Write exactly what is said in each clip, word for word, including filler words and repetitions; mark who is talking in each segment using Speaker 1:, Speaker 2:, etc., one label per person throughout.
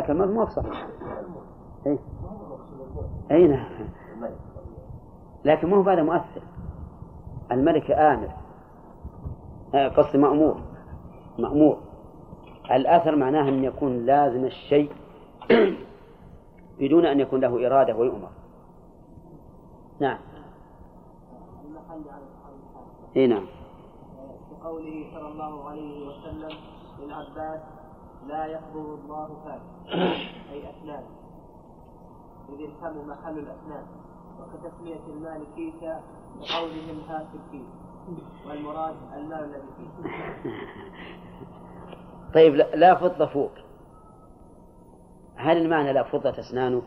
Speaker 1: ملك الموت ما بصحيح. أي أي نعم، لكن ما هو هذا مؤثر. الملك آمر، قصد مأمور. مأمور الأثر معناه أن يكون لازم الشيء بدون أن يكون له إرادة ويؤمر. نعم. إيه نعم.
Speaker 2: قوله صلى الله عليه وسلم للعباس لا يقبض الله فاك أي أسنان، إذ الفم محل الأسنان، وكتسمية المال كيسا وقولهم هات الكيس، والمراد المال الذي فيه.
Speaker 1: طيب لا فضة فوق، هل المعنى لا فضة أسنانك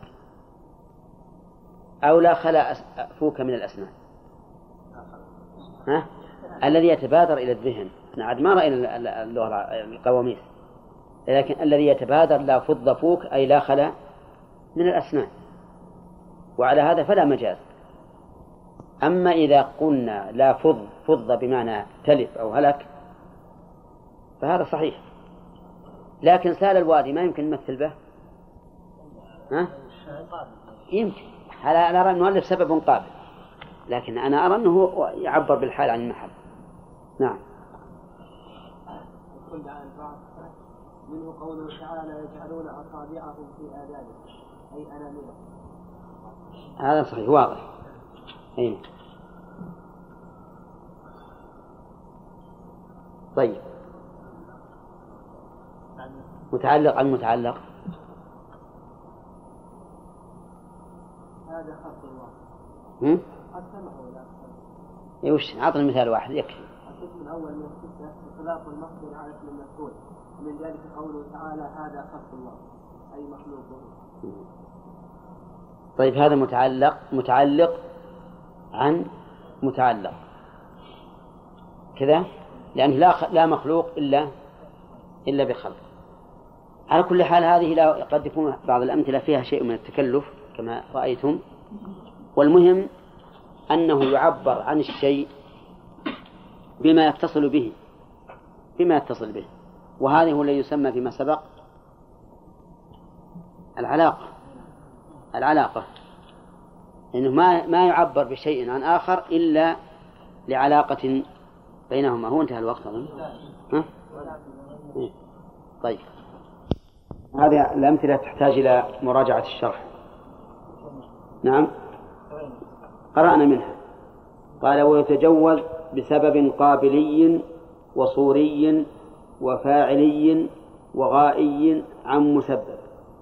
Speaker 1: أو لا خلا فوك من الأسنان؟ ها؟ الذي يتبادر إلى الذهن، نعم ما رأينا اللغة القواميس، لكن الذي يتبادر لا فضة فوك أي لا خلا من الأسنان، وعلى هذا فلا مجاز. أما إذا قلنا لا فض فضة بمعنى تلف أو هلك فهذا صحيح، لكن سال الوادي ما يمكن نمثل به. ها؟ يمكن، أنا أرى أنه ألف سبب قابل، لكن أنا أرى أنه يعبر بالحال عن المحل. نعم.
Speaker 2: منه قوله تعالى يجعلون أصابعهم في آذانهم أي أناملهم.
Speaker 1: هذا صحيح واضح. أين؟ طيب متعلق عن متعلق
Speaker 2: هذا خلق الله.
Speaker 1: هم؟ يوش عطني مثال واحد يكفي.
Speaker 2: القسم الأول من الستة إطلاق المصدر على اسم المفعول، ومن ذلك قوله تعالى هذا خلق الله أي مخلوقه.
Speaker 1: طيب هذا متعلق متعلق عن متعلق كذا، لأنه لا لا مخلوق إلا إلا بخلق. على كل حال هذه لا قد يكون بعض الأمثلة فيها شيء من التكلف كما رأيتم، والمهم أنه يعبر عن الشيء بما يتصل به بما يتصل به وهذا هو الذي يسمى فيما سبق العلاقة. العلاقة إنه ما ما يعبر بشيء عن آخر إلا لعلاقة بينهما. هو انتهى الوقت أظن. ها؟ طيب هذه الأمثلة تحتاج إلى مراجعة الشرح. نعم قرأنا منها. قال ويتجوز بسبب قابلي وصوري وفاعلي وغائي عن مسبب،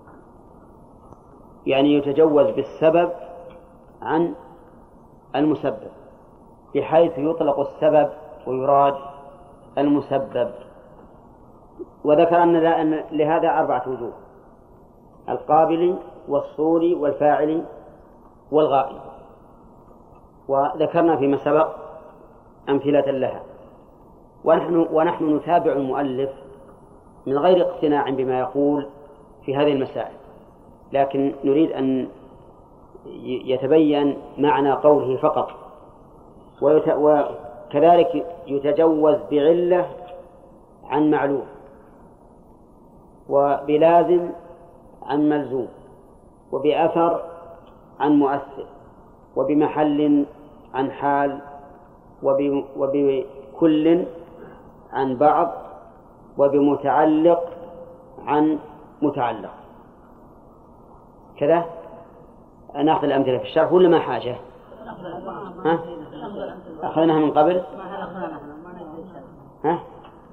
Speaker 1: يعني يتجوز بالسبب عن المسبب بحيث يطلق السبب ويراد المسبب. وذكر أن لهذا أربعة وجوه: القابل والصوري والفاعل والغائي، وذكرنا فيما سبق أمثلة لها. ونحن, ونحن نتابع المؤلف من غير اقتناع بما يقول في هذه المسائل، لكن نريد أن يتبين معنى قوله فقط. وكذلك يتجوز بعلة عن معلوم، وبلازم عن ملزوم، وبأثر عن مؤثر، وبمحل عن حال، وبكل عن بعض، وبمتعلق عن متعلق. كذا نأخذ الأمثلة في الشرح ولا ما حاجة؟ ها؟ أخذناها من قبل؟ ها؟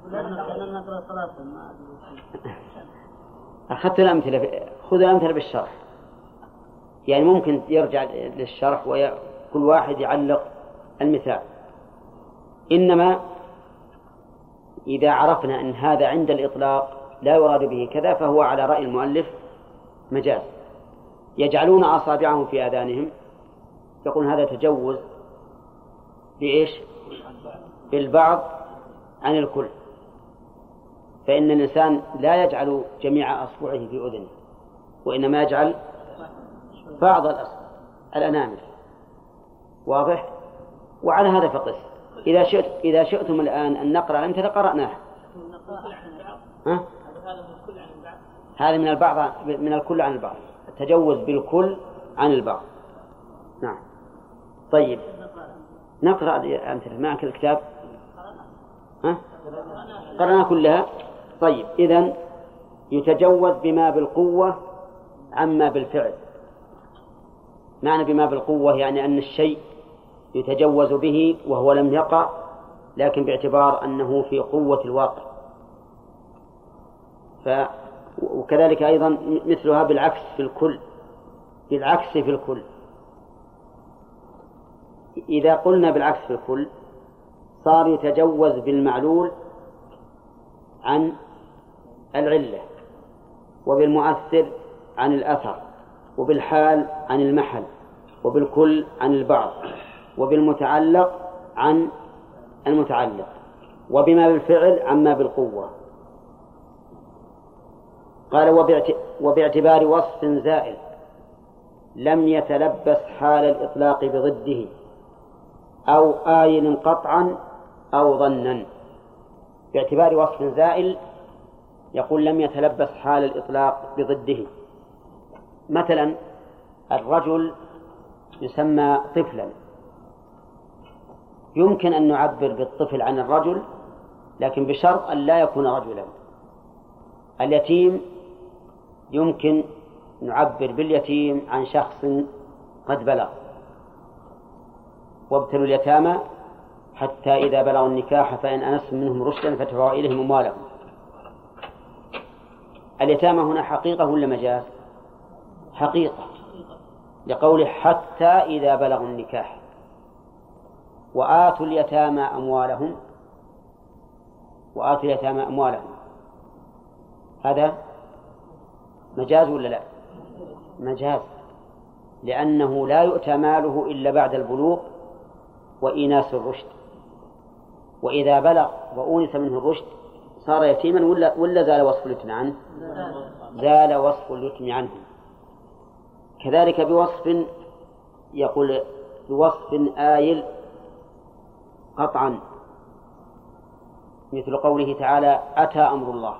Speaker 1: أخذت الأمثلة، خذ الأمثلة بالشرح، يعني ممكن يرجع للشرح وكل واحد يعلق المثال. إنما إذا عرفنا أن هذا عند الإطلاق لا يراد به كذا فهو على رأي المؤلف مجاز. يجعلون أصابعهم في آذانهم، يقول هذا تجوز بإيش؟ بالبعض عن الكل، فإن الإنسان لا يجعل جميع أصبعه في أذنه، وإنما يجعل بعض الأنامل. واضح؟ وعلى هذا فقس. إذا شئت إذا شئتم الآن أن نقرأ الأمثلة قرأناها. ها؟ هذا من البعض من الكل عن البعض، التجوز بالكل عن البعض. نعم. طيب نقرأ أمثلة معك الكتاب. ها؟ قرأنا كلها. طيب إذن يتجوز بما بالقوة عما بالفعل. معنى بما بالقوة يعني أن الشيء يتجوز به وهو لم يقع، لكن باعتبار أنه في قوة الواقع. ف وكذلك أيضا مثلها بالعكس في الكل، بالعكس في الكل. إذا قلنا بالعكس في الكل صار يتجوز بالمعلول عن العلة، وبالمؤثر عن الأثر، وبالحال عن المحل، وبالكل عن البعض، وبالمتعلق عن المتعلق، وبما بالفعل عما بالقوة. قال وباعتبار وصف زائل لم يتلبس حال الإطلاق بضده أو آين قطعا أو ظنا. باعتبار وصف زائل يقول لم يتلبس حال الإطلاق بضده. مثلا الرجل يسمى طفلا، يمكن أن نعبر بالطفل عن الرجل لكن بشرط أن لا يكون رجلا. اليتيم يمكن نعبر باليتيم عن شخص قد بلغ، وابتلوا اليتامى حتى إذا بلغوا النكاح فإن أنستم منهم رشدا فادفعوا إليهم أموالهم. اليتامى هنا حقيقة ولا مجاز؟ حقيقة، لقوله حتى إذا بلغوا النكاح. وآتوا اليتامى أموالهم، وآتوا اليتامى أموالهم، هذا مجاز ولا لا؟ مجاز، لأنه لا يؤتى ماله إلا بعد البلوغ وإيناس الرشد. وإذا بلغ وأونس منه الرشد صار يتيما ولا, ولا زال وصف اليتم عنه؟ زال وصف اليتم عنه. كذلك بوصف يقول بوصف آيل قطعا، مثل قوله تعالى أتى أمر الله،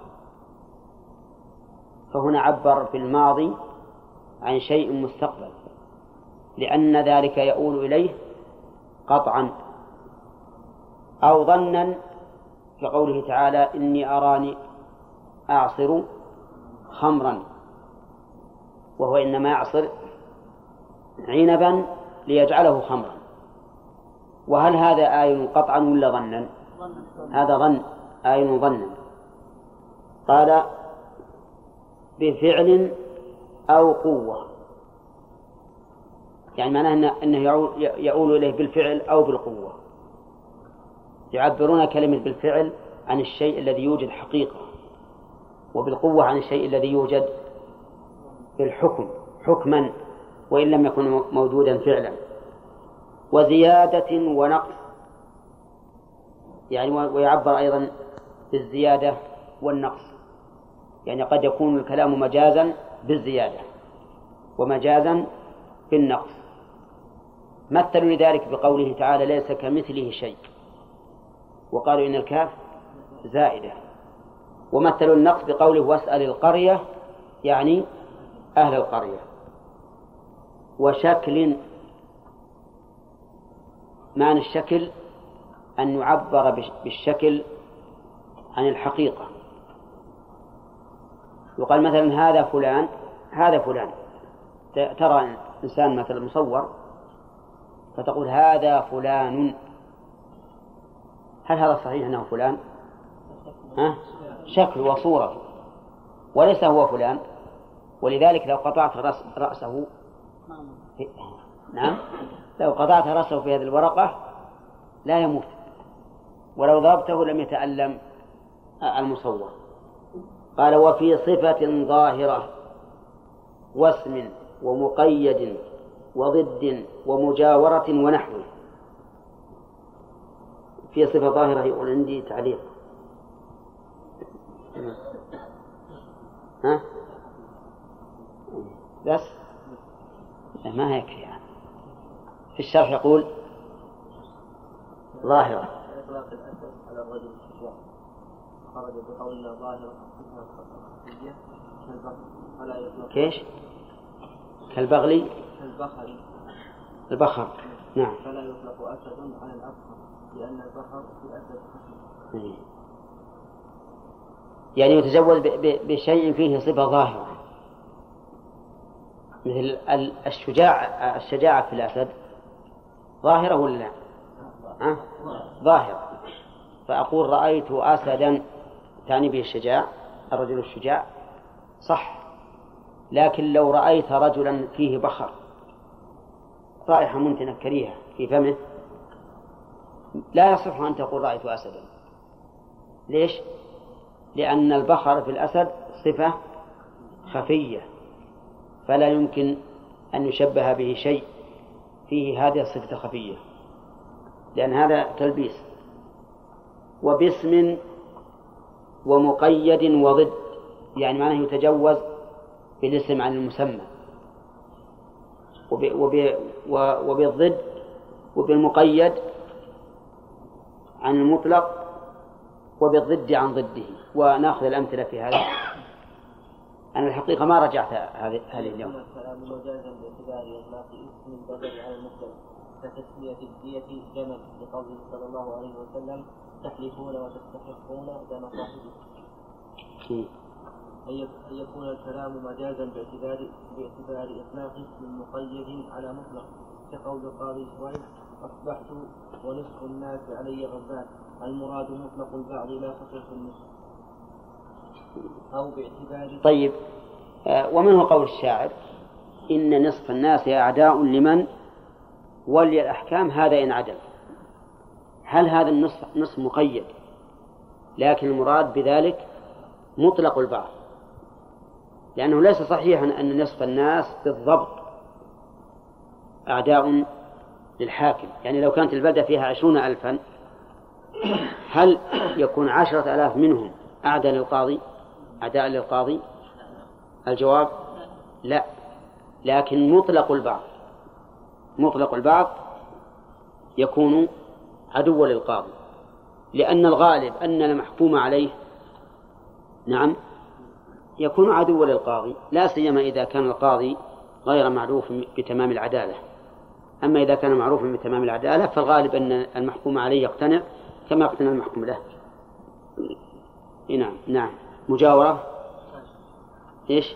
Speaker 1: فهنا عبر في الماضي عن شيء مستقبل لأن ذلك يؤول إليه قطعا. أو ظنا كقوله تعالى إني أراني أعصر خمرا، وهو إنما يعصر عنبا ليجعله خمرا. وهل هذا آي قطعا ولا ظنا؟ هذا ظن، آي ظنا. قال بفعل أو قوة، يعني معناه أنه يؤول إليه بالفعل أو بالقوة. يعبرون كلمة بالفعل عن الشيء الذي يوجد حقيقة، وبالقوة عن الشيء الذي يوجد بالحكم حكما وإن لم يكن موجودا فعلا. وزيادة ونقص، يعني ويعبر أيضا بالزيادة والنقص، يعني قد يكون الكلام مجازا بالزيادة ومجازا بالنقص. مثلوا لذلك بقوله تعالى ليس كمثله شيء، وقالوا إن الكاف زائدة. ومثلوا النقص بقوله واسأل القرية، يعني أهل القرية. وشكل، معنى الشكل أن يعبر بالشكل عن الحقيقة. يقال مثلا هذا فلان، هذا فلان، ترى إنسان مثلا مصور فتقول هذا فلان، هل هذا صحيح أنه فلان؟ ها؟ شكل وصورة وليس هو فلان. ولذلك لو قطعت رأس رأسه نعم لو قطعت رأسه في هذه الورقة لا يموت، ولو ضربته لم يتألم المصور. قال وفي صفة ظاهرة واسم ومقيد وضد ومجاورة ونحوه. في صفة ظاهرة يقول عندي تعليق، ها بس ما يكفي يعني. في الشرح يقول ظاهرة
Speaker 2: إطلاق الأسد على الرجل خرج بقول ظاهرة كالبخر فلا يطلق.
Speaker 1: كيش؟ كالبغلي
Speaker 2: كالبخر.
Speaker 1: البخر نعم.
Speaker 2: فلا يطلق أسد على الأبخر لأن البخر في أسد خفي.
Speaker 1: يعني يتزوج بشيء فيه صفة ظاهرة مثل الشجاع الشجاعة في الأسد ظاهرة ولا لا؟ أه؟ ظاهرة. فأقول رأيت أسدا تعني به الشجاع الرجل الشجاع صح، لكن لو رأيت رجلا فيه بخر رائحة منتنة كريهة في فمه لا يصح أن تقول رأيت أسدا. ليش؟ لأن البخر في الأسد صفة خفية فلا يمكن أن يشبه به شيء فيه هذه الصفة الخفية لأن هذا تلبيس. وباسم ومقيد وضد يعني معناه يتجوز بالاسم عن المسمى وب... وب... وبالضد وبالمقيد عن المطلق وبالضد عن ضده. ونأخذ الأمثلة في هذا. أنا الحقيقة ما رجعت هذه هذه اليوم.
Speaker 2: الكلام مجازا باعتبار إطلاق اسم البدل على المفرد كتسمية الدية جمل لقوله صلى الله عليه وسلم تحلفون وتستحقون دم صاحبكم. أن يكون الكلام مجازا باعتبار باعتبار إطلاق اسم مقيد على مطلق كقول القاضي شويب أصبحت ونصف الناس علي غضبان المراد مطلق البعض لا خصوص النصف. أو باعتبار
Speaker 1: طيب آه ومنه قول الشاعر إن نصف الناس أعداء لمن ولي الأحكام هذا إن عدل. هل هذا النصف نصف مقيد لكن المراد بذلك مطلق البعض لأنه ليس صحيحا أن نصف الناس بالضبط أعداء للحاكم. يعني لو كانت البلدة فيها عشرون ألفا هل يكون عشرة ألاف منهم أعداء للقاضي أعداء للقاضي؟ الجواب لا، لكن مطلق البعض مطلق البعض يكون عدوا للقاضي لأن الغالب أن المحكوم عليه نعم يكون عدوا للقاضي لا سيما إذا كان القاضي غير معروف بتمام العدالة. أما إذا كان معروفا بتمام العدالة فالغالب أن المحكوم عليه يقتنع كما يقتنع المحكوم له. نعم نعم. مجاورة إيش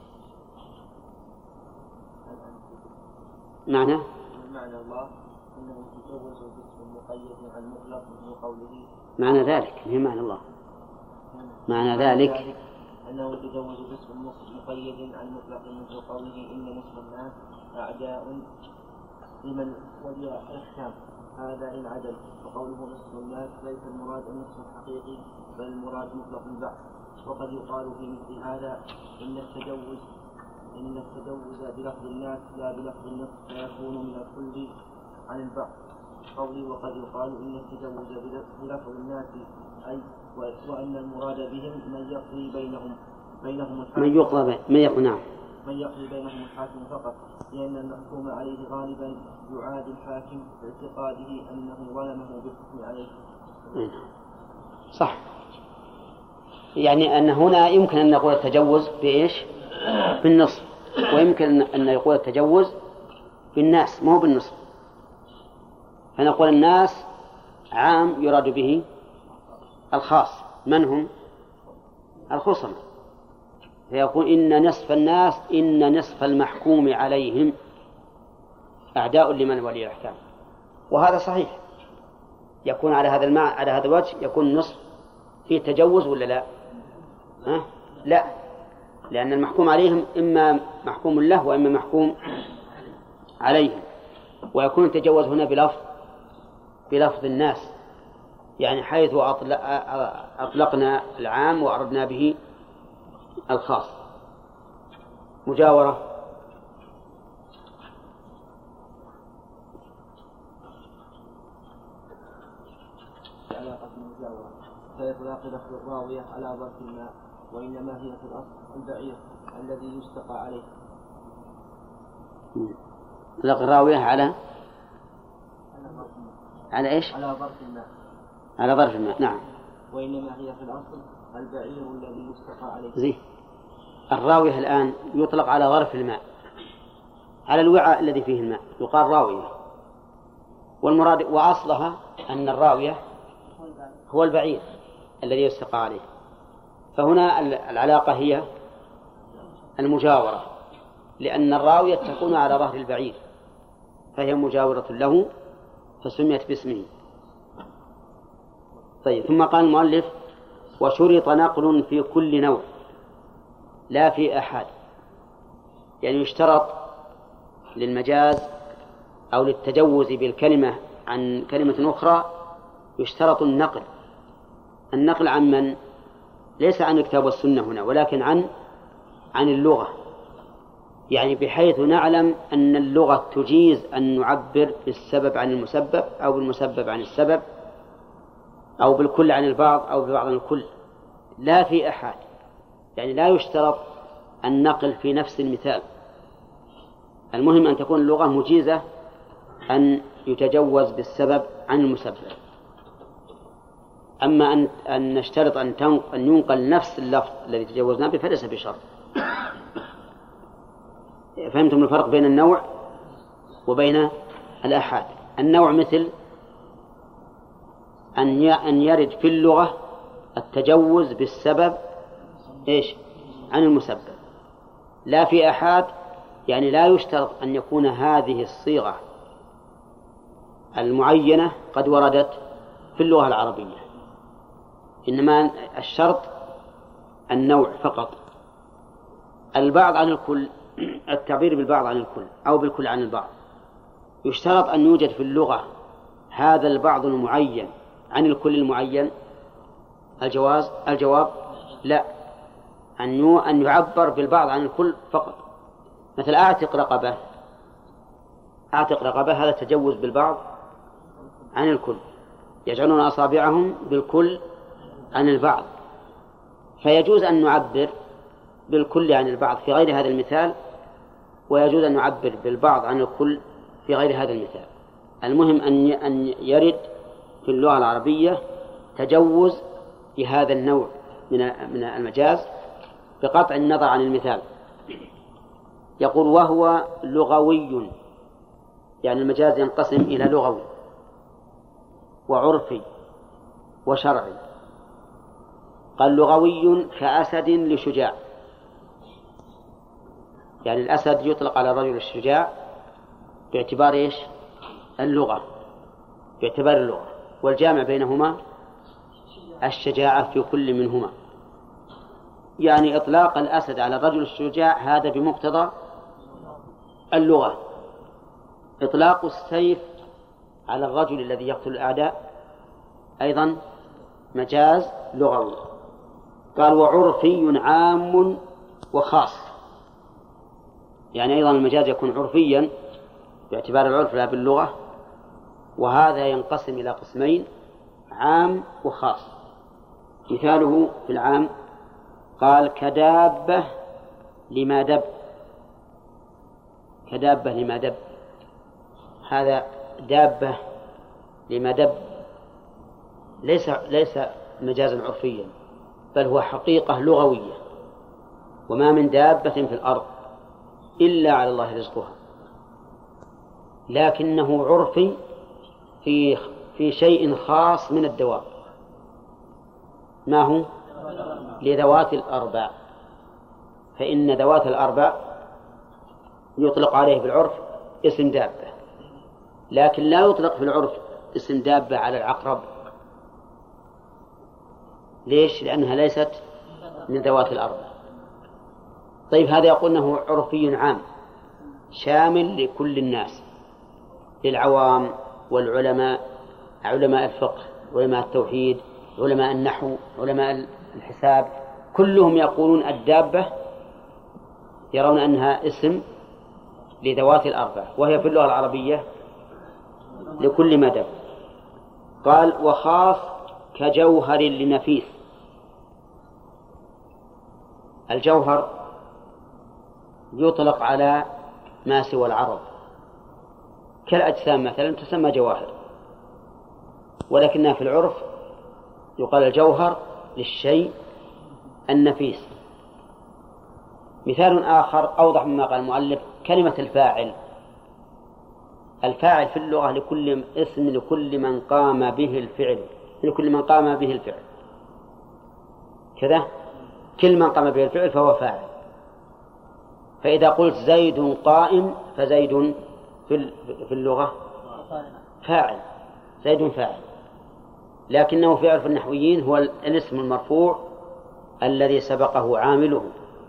Speaker 1: معنى؟
Speaker 2: معنى الله أنه يتجوز باسم مقيد عن مطلق من قوله
Speaker 1: معنى ذلك هي معنى الله معنى ذلك
Speaker 2: أنه يتجوز باسم مقيد عن مطلق من قوله إن نصف الناس أعداء لمن ولي الأحكام هذا إن عدل. وقوله نصف الناس ليس المراد النصف الحقيقي بل المراد مطلق البعض. وقد يقال في مثل هذا إن التجوز إن التجوز بلفظ الناس لا بلفظ النصف فيكون من الكل عن البعض. قولي وقد يقال إن التجوز بلفظ الناس أي وأن المراد بهم من يقضي بينهم بينهم الحاكم
Speaker 1: من يقضي من يقضي نعم
Speaker 2: من يقضي بينهم الحاكم فقط لأن المحكوم عليه غالبا يعاد الحاكم باعتقاده أنه ظلمه بالحكم عليه.
Speaker 1: صح. يعني أن هنا يمكن أن نقول التجوز بإيش بالنصف ويمكن أن يقول التجوز بالناس ما هو بالنصف. فنقول الناس عام يراد به الخاص من هم الخصم فيقول إن نصف الناس إن نصف المحكوم عليهم أعداء لمن ولي الأحكام. وهذا صحيح يكون على هذا المعنى على هذا الوجه يكون نصف فيه تجوز ولا لا؟ ها؟ لا، لأن المحكوم عليهم إما محكوم له وإما محكوم عليهم. ويكون التجوز هنا بلفظ بلفظ الناس يعني حيث أطلقنا العام وأردنا به الخاص. مجاورة
Speaker 2: علاقة المجاورة كإطلاق لفظ الراوية على ظرف الماء وإنما هي في الأصل البعير الذي يستقى عليه.
Speaker 1: إطلاق الراوية على على إيش؟
Speaker 2: على ظرف الماء
Speaker 1: على ظرف الماء نعم.
Speaker 2: وإنما هي في الأصل البعير الذي يستقى عليه.
Speaker 1: زي الراوية الآن يطلق على ظرف الماء، على الوعاء الذي فيه الماء يقال راوية، والمراد وأصلها أن الراوية هو البعير الذي يستقى عليه. فهنا العلاقة هي المجاورة، لأن الراوية تكون على ظهر البعير فهي مجاورة له فسميت باسمه. طيب، ثم قال المؤلف: وشرط نقل في كل نوع لا في أحد. يعني يشترط للمجاز أو للتجوز بالكلمة عن كلمة أخرى يشترط النقل. النقل عن من؟ ليس عن الكتاب والسنة هنا، ولكن عن عن اللغة، يعني بحيث نعلم أن اللغة تجيز أن نعبر بالسبب عن المسبب أو بالمسبب عن السبب أو بالكل عن البعض أو ببعض عن الكل، لا في أحد. يعني لا يشترط النقل في نفس المثال، المهم أن تكون اللغة مجيزة أن يتجوز بالسبب عن المسبب. أما أن أن نشترط أن أن ينقل نفس اللفظ الذي تجوزنا به فليس بشرط. فهمتم الفرق بين النوع وبين الآحاد؟ النوع مثل أن أن يرد في اللغة التجوز بالسبب إيش عن المسبب. لا في آحاد يعني لا يشترط أن يكون هذه الصيغة المعينة قد وردت في اللغة العربية، إنما الشرط النوع فقط. البعض عن الكل، التعبير بالبعض عن الكل أو بالكل عن البعض، يشترط أن يوجد في اللغة هذا البعض المعين عن الكل المعين. الجواز الجواب لا، أن أن يعبر بالبعض عن الكل فقط. مثل أعتق رقبة، أعتق رقبة هذا تجوز بالبعض عن الكل، يجعلون أصابعهم بالكل عن البعض، فيجوز أن نعبر بالكل عن البعض في غير هذا المثال، ويجوز أن نعبر بالبعض عن الكل في غير هذا المثال. المهم أن أن يرد في اللغة العربية تجوز بهذا النوع من من المجاز بقطع النظر عن المثال. يقول: وهو لغوي، يعني المجاز ينقسم إلى لغوي وعرفي وشرعي. قال: لغوي كأسد لشجاع، يعني الأسد يطلق على الرجل الشجاع باعتبار إيش؟ اللغة، باعتبار اللغة، والجامع بينهما الشجاعة في كل منهما. يعني إطلاق الأسد على الرجل الشجاع هذا بمقتضى اللغة. إطلاق السيف على الرجل الذي يقتل الأعداء أيضا مجاز لغوي. قال: وعرفي عام وخاص، يعني أيضا المجاز يكون عرفيا باعتبار العرف لا باللغة، وهذا ينقسم إلى قسمين: عام وخاص. مثاله في العام قال: كدابة لما دب، كدابة لما دب، هذا دابة لما دب ليس ليس مجازا عرفيا، بل هو حقيقة لغوية. وما من دابة في الأرض إلا على الله رزقها، لكنه عرفي في في شيء خاص من الدواب. ما هو؟ لذوات الأربع، فإن ذوات الأربع يطلق عليه بالعرف اسم دابة، لكن لا يطلق في العرف اسم دابة على العقرب. ليش؟ لأنها ليست من ذوات الأربع. طيب، هذا يقول أنه عرفي عام شامل لكل الناس، للعوام والعلماء، علماء الفقه، علماء التوحيد، علماء النحو، علماء الحساب، كلهم يقولون الدابة يرون أنها اسم لذوات الأربع، وهي في اللغة العربية لكل ما دب. قال: وخاص كجوهر لنفيس. الجوهر يطلق على ما سوى العرض، كالأجسام مثلا تسمى جواهر، ولكنها في العرف يقال الجوهر للشيء النفيس. مثال آخر أوضح مما قال المؤلف: كلمة الفاعل. الفاعل في اللغة لكل اسم لكل من قام به الفعل، لكل من قام به الفعل كذا، كل من قام به الفعل فهو فاعل. فإذا قلت زيد قائم فزيد في اللغة فاعل، زيد فاعل، لكنه في عرف النحويين هو الاسم المرفوع الذي سبقه عامله.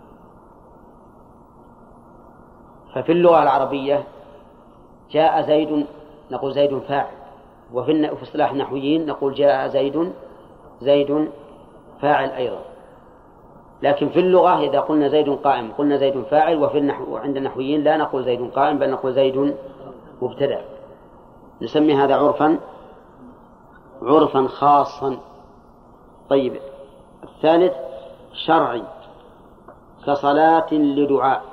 Speaker 1: ففي اللغة العربية جاء زيد نقول زيد فاعل، وفي اصطلاح النحويين نقول جاء زيد زيد فاعل أيضا. لكن في اللغة إذا قلنا زيد قائم قلنا زيد فاعل، وفي النحو عند النحويين لا نقول زيد قائم بل نقول زيد مبتدأ. نسمي هذا عرفا عرفا خاصا. طيب، الثالث شرعي كصلاة لدعاء.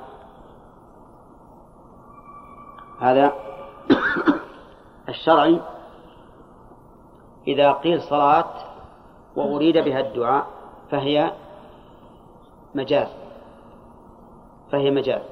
Speaker 1: هذا الشرعي إذا قيل صلاة وأريد بها الدعاء فهي مجاز، فهي مجاز.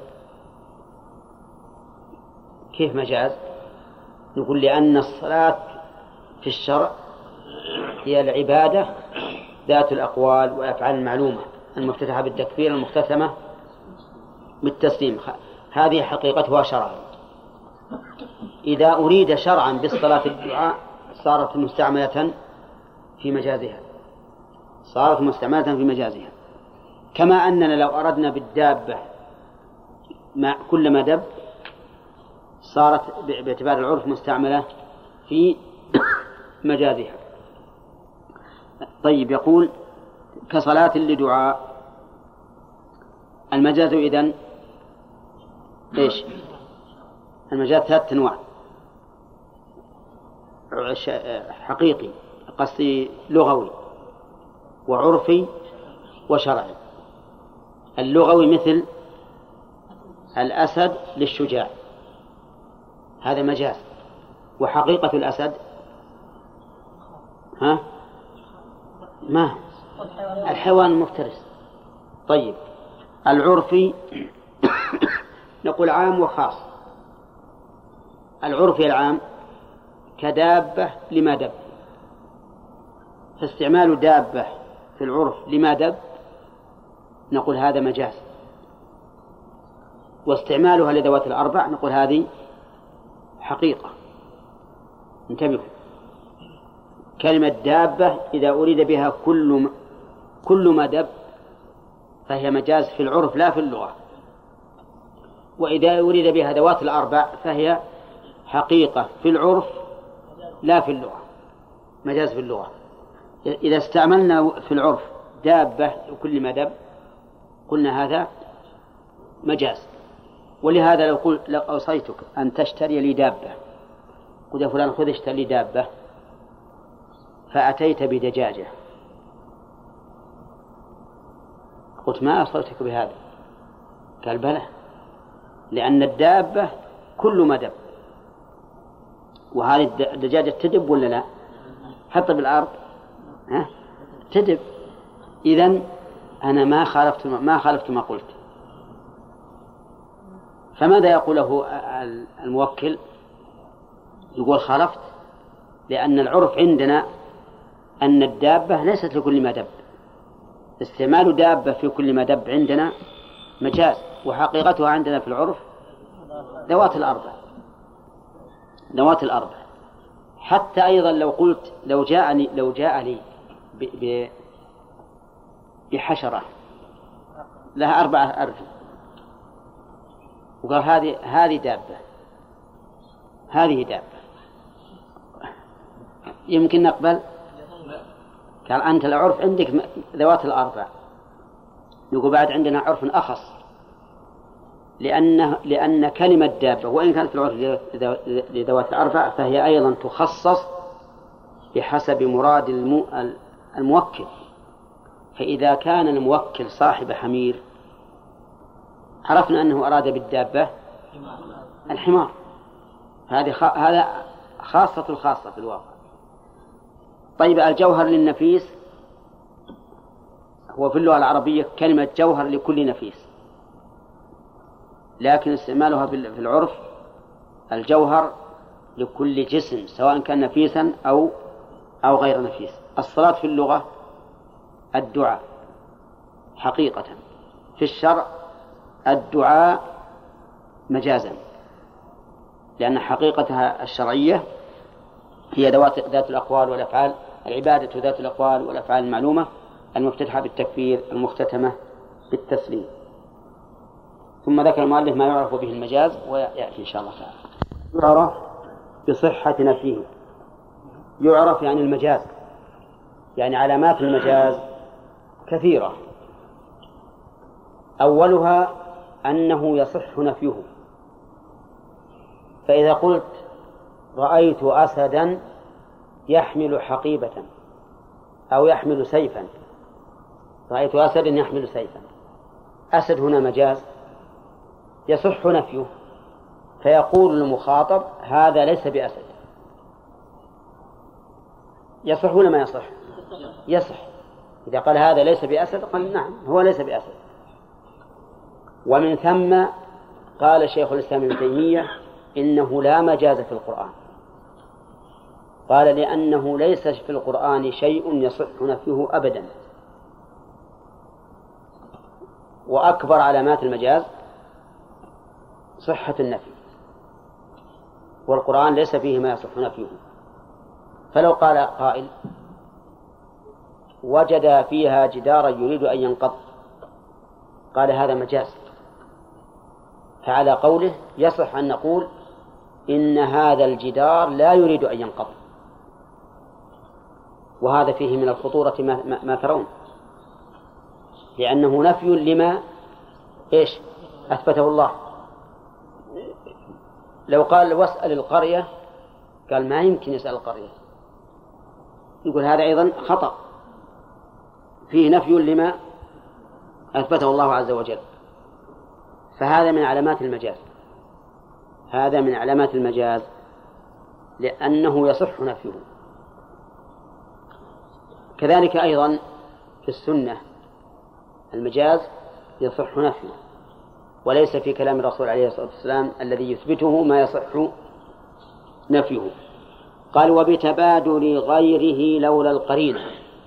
Speaker 1: كيف مجاز؟ نقول لأن الصلاة في الشرع هي العبادة ذات الأقوال والأفعال المعلومة المفتتحة بالتكبير المختتمة بالتسليم، هذه حقيقتها شرعا. إذا أريد شرعا بالصلاة الدعاء صارت مستعملة في مجازها، صارت مستعملة في مجازها. كما أننا لو أردنا بالدابة مع كل ما دب صارت باعتبار العرف مستعملة في مجازها. طيب، يقول كصلاة لدعاء. المجاز إذن إيش؟ المجاز ثلاثة أنواع: حقيقي قصدي لغوي وعرفي وشرعي. اللغوي مثل الأسد للشجاع، هذا مجاز. وحقيقة الأسد ها ما الحيوان المفترس. طيب، العرفي نقول عام وخاص. العرفي العام كدابة لما دب، فاستعمال دابة في العرف لما دب نقول هذا مجاز، واستعمالها لذوات الأربع نقول هذه حقيقة. انتبهوا، كلمة دابة إذا أريد بها كل كل ما دب فهي مجاز في العرف لا في اللغة، وإذا أريد بها ذوات الأربع فهي حقيقة في العرف لا في اللغة، مجاز في اللغة. إذا استعملنا في العرف دابة وكل ما دب قلنا هذا مجاز. ولهذا لو قلت لو أوصيتك أن تشتري لي دابة، قلت يا فلان خذ اشتري لي دابة، فأتيت بدجاجة، قلت ما أوصيتك بهذا؟ قال بلى، لأن الدابة كل ما دب، وهذه الدجاجة تدب ولا لا؟ حتى بالأرض ها تدب. إذن أنا ما خالفت ما خالفت ما قلت. فماذا يقوله الموكل؟ يقول خالفت، لأن العرف عندنا أن الدابة ليست لكل ما دب. استعمال دابة في كل ما دب عندنا مجاز، وحقيقتها عندنا في العرف ذوات الأربع، ذوات الأربع. حتى أيضا لو قلت لو جاءني لو جاء لي بحشرة لها أربعة أرجل وقال هذه هذه دابة، هذه دابة، يمكن نقبل؟ قال أنت العرف عندك ذوات الأربع. يقول بعد عندنا عرف أخص، لأن لأن كلمة دابة وإن كانت في العرف لذوات الأربع فهي أيضا تخصص بحسب مراد الموكل. فإذا كان الموكل صاحب حمير عرفنا أنه أراد بالدابة الحمار، هذه هذا خاصة الخاصة في الواقع. طيب، الجوهر للنفيس هو في اللغة العربية كلمة جوهر لكل نفيس، لكن استعمالها في العرف الجوهر لكل جسم سواء كان نفيسا أو أو غير نفيس. الصلاة في اللغة الدعاء حقيقة، في الشرع الدعاء مجازا، لأن حقيقتها الشرعية هي ذات الأقوال والأفعال، العبادة ذات الأقوال والأفعال المعلومة المفتتحة بالتكبير المختتمة بالتسليم. ثم ذكر المؤلف ما يعرف به المجاز ويأتي إن شاء الله تعالى. يعرف بصحة نفيه، يعرف يعني المجاز، يعني علامات المجاز كثيرة. أولها أنه يصح نفيه، فإذا قلت رأيت أسدا يحمل حقيبة أو يحمل سيفا، رأيت أسدا يحمل سيفا، أسد هنا مجاز يصح نفيه، فيقول المخاطب هذا ليس بأسد. يصح ولا ما يصح؟ يصح. إذا قال هذا ليس بأسد قال نعم هو ليس بأسد. ومن ثم قال شيخ الإسلام ابن تيمية إنه لا مجاز في القرآن، قال لأنه ليس في القرآن شيء يصح نفيه أبدا. وأكبر علامات المجاز صحة النفي، والقرآن ليس فيه ما يصح نفيه. فلو قال قائل وجد فيها جدارا يريد أن ينقض، قال هذا مجاز، فعلى قوله يصح أن نقول إن هذا الجدار لا يريد أن ينقض، وهذا فيه من الخطورة ما, ما, ما ترون، لأنه نفي لما إيش أثبته الله. لو قال واسأل القرية قال ما يمكن يسأل القرية، يقول هذا أيضا خطأ، فيه نفي لما أثبته الله عز وجل. فهذا من علامات المجاز، هذا من علامات المجاز لأنه يصح نفيه. كذلك أيضا في السنة المجاز يصح نفيه، وليس في كلام الرسول عليه الصلاة والسلام الذي يثبته ما يصح نفيه. قال وبتبادل غيره لولا القرينة.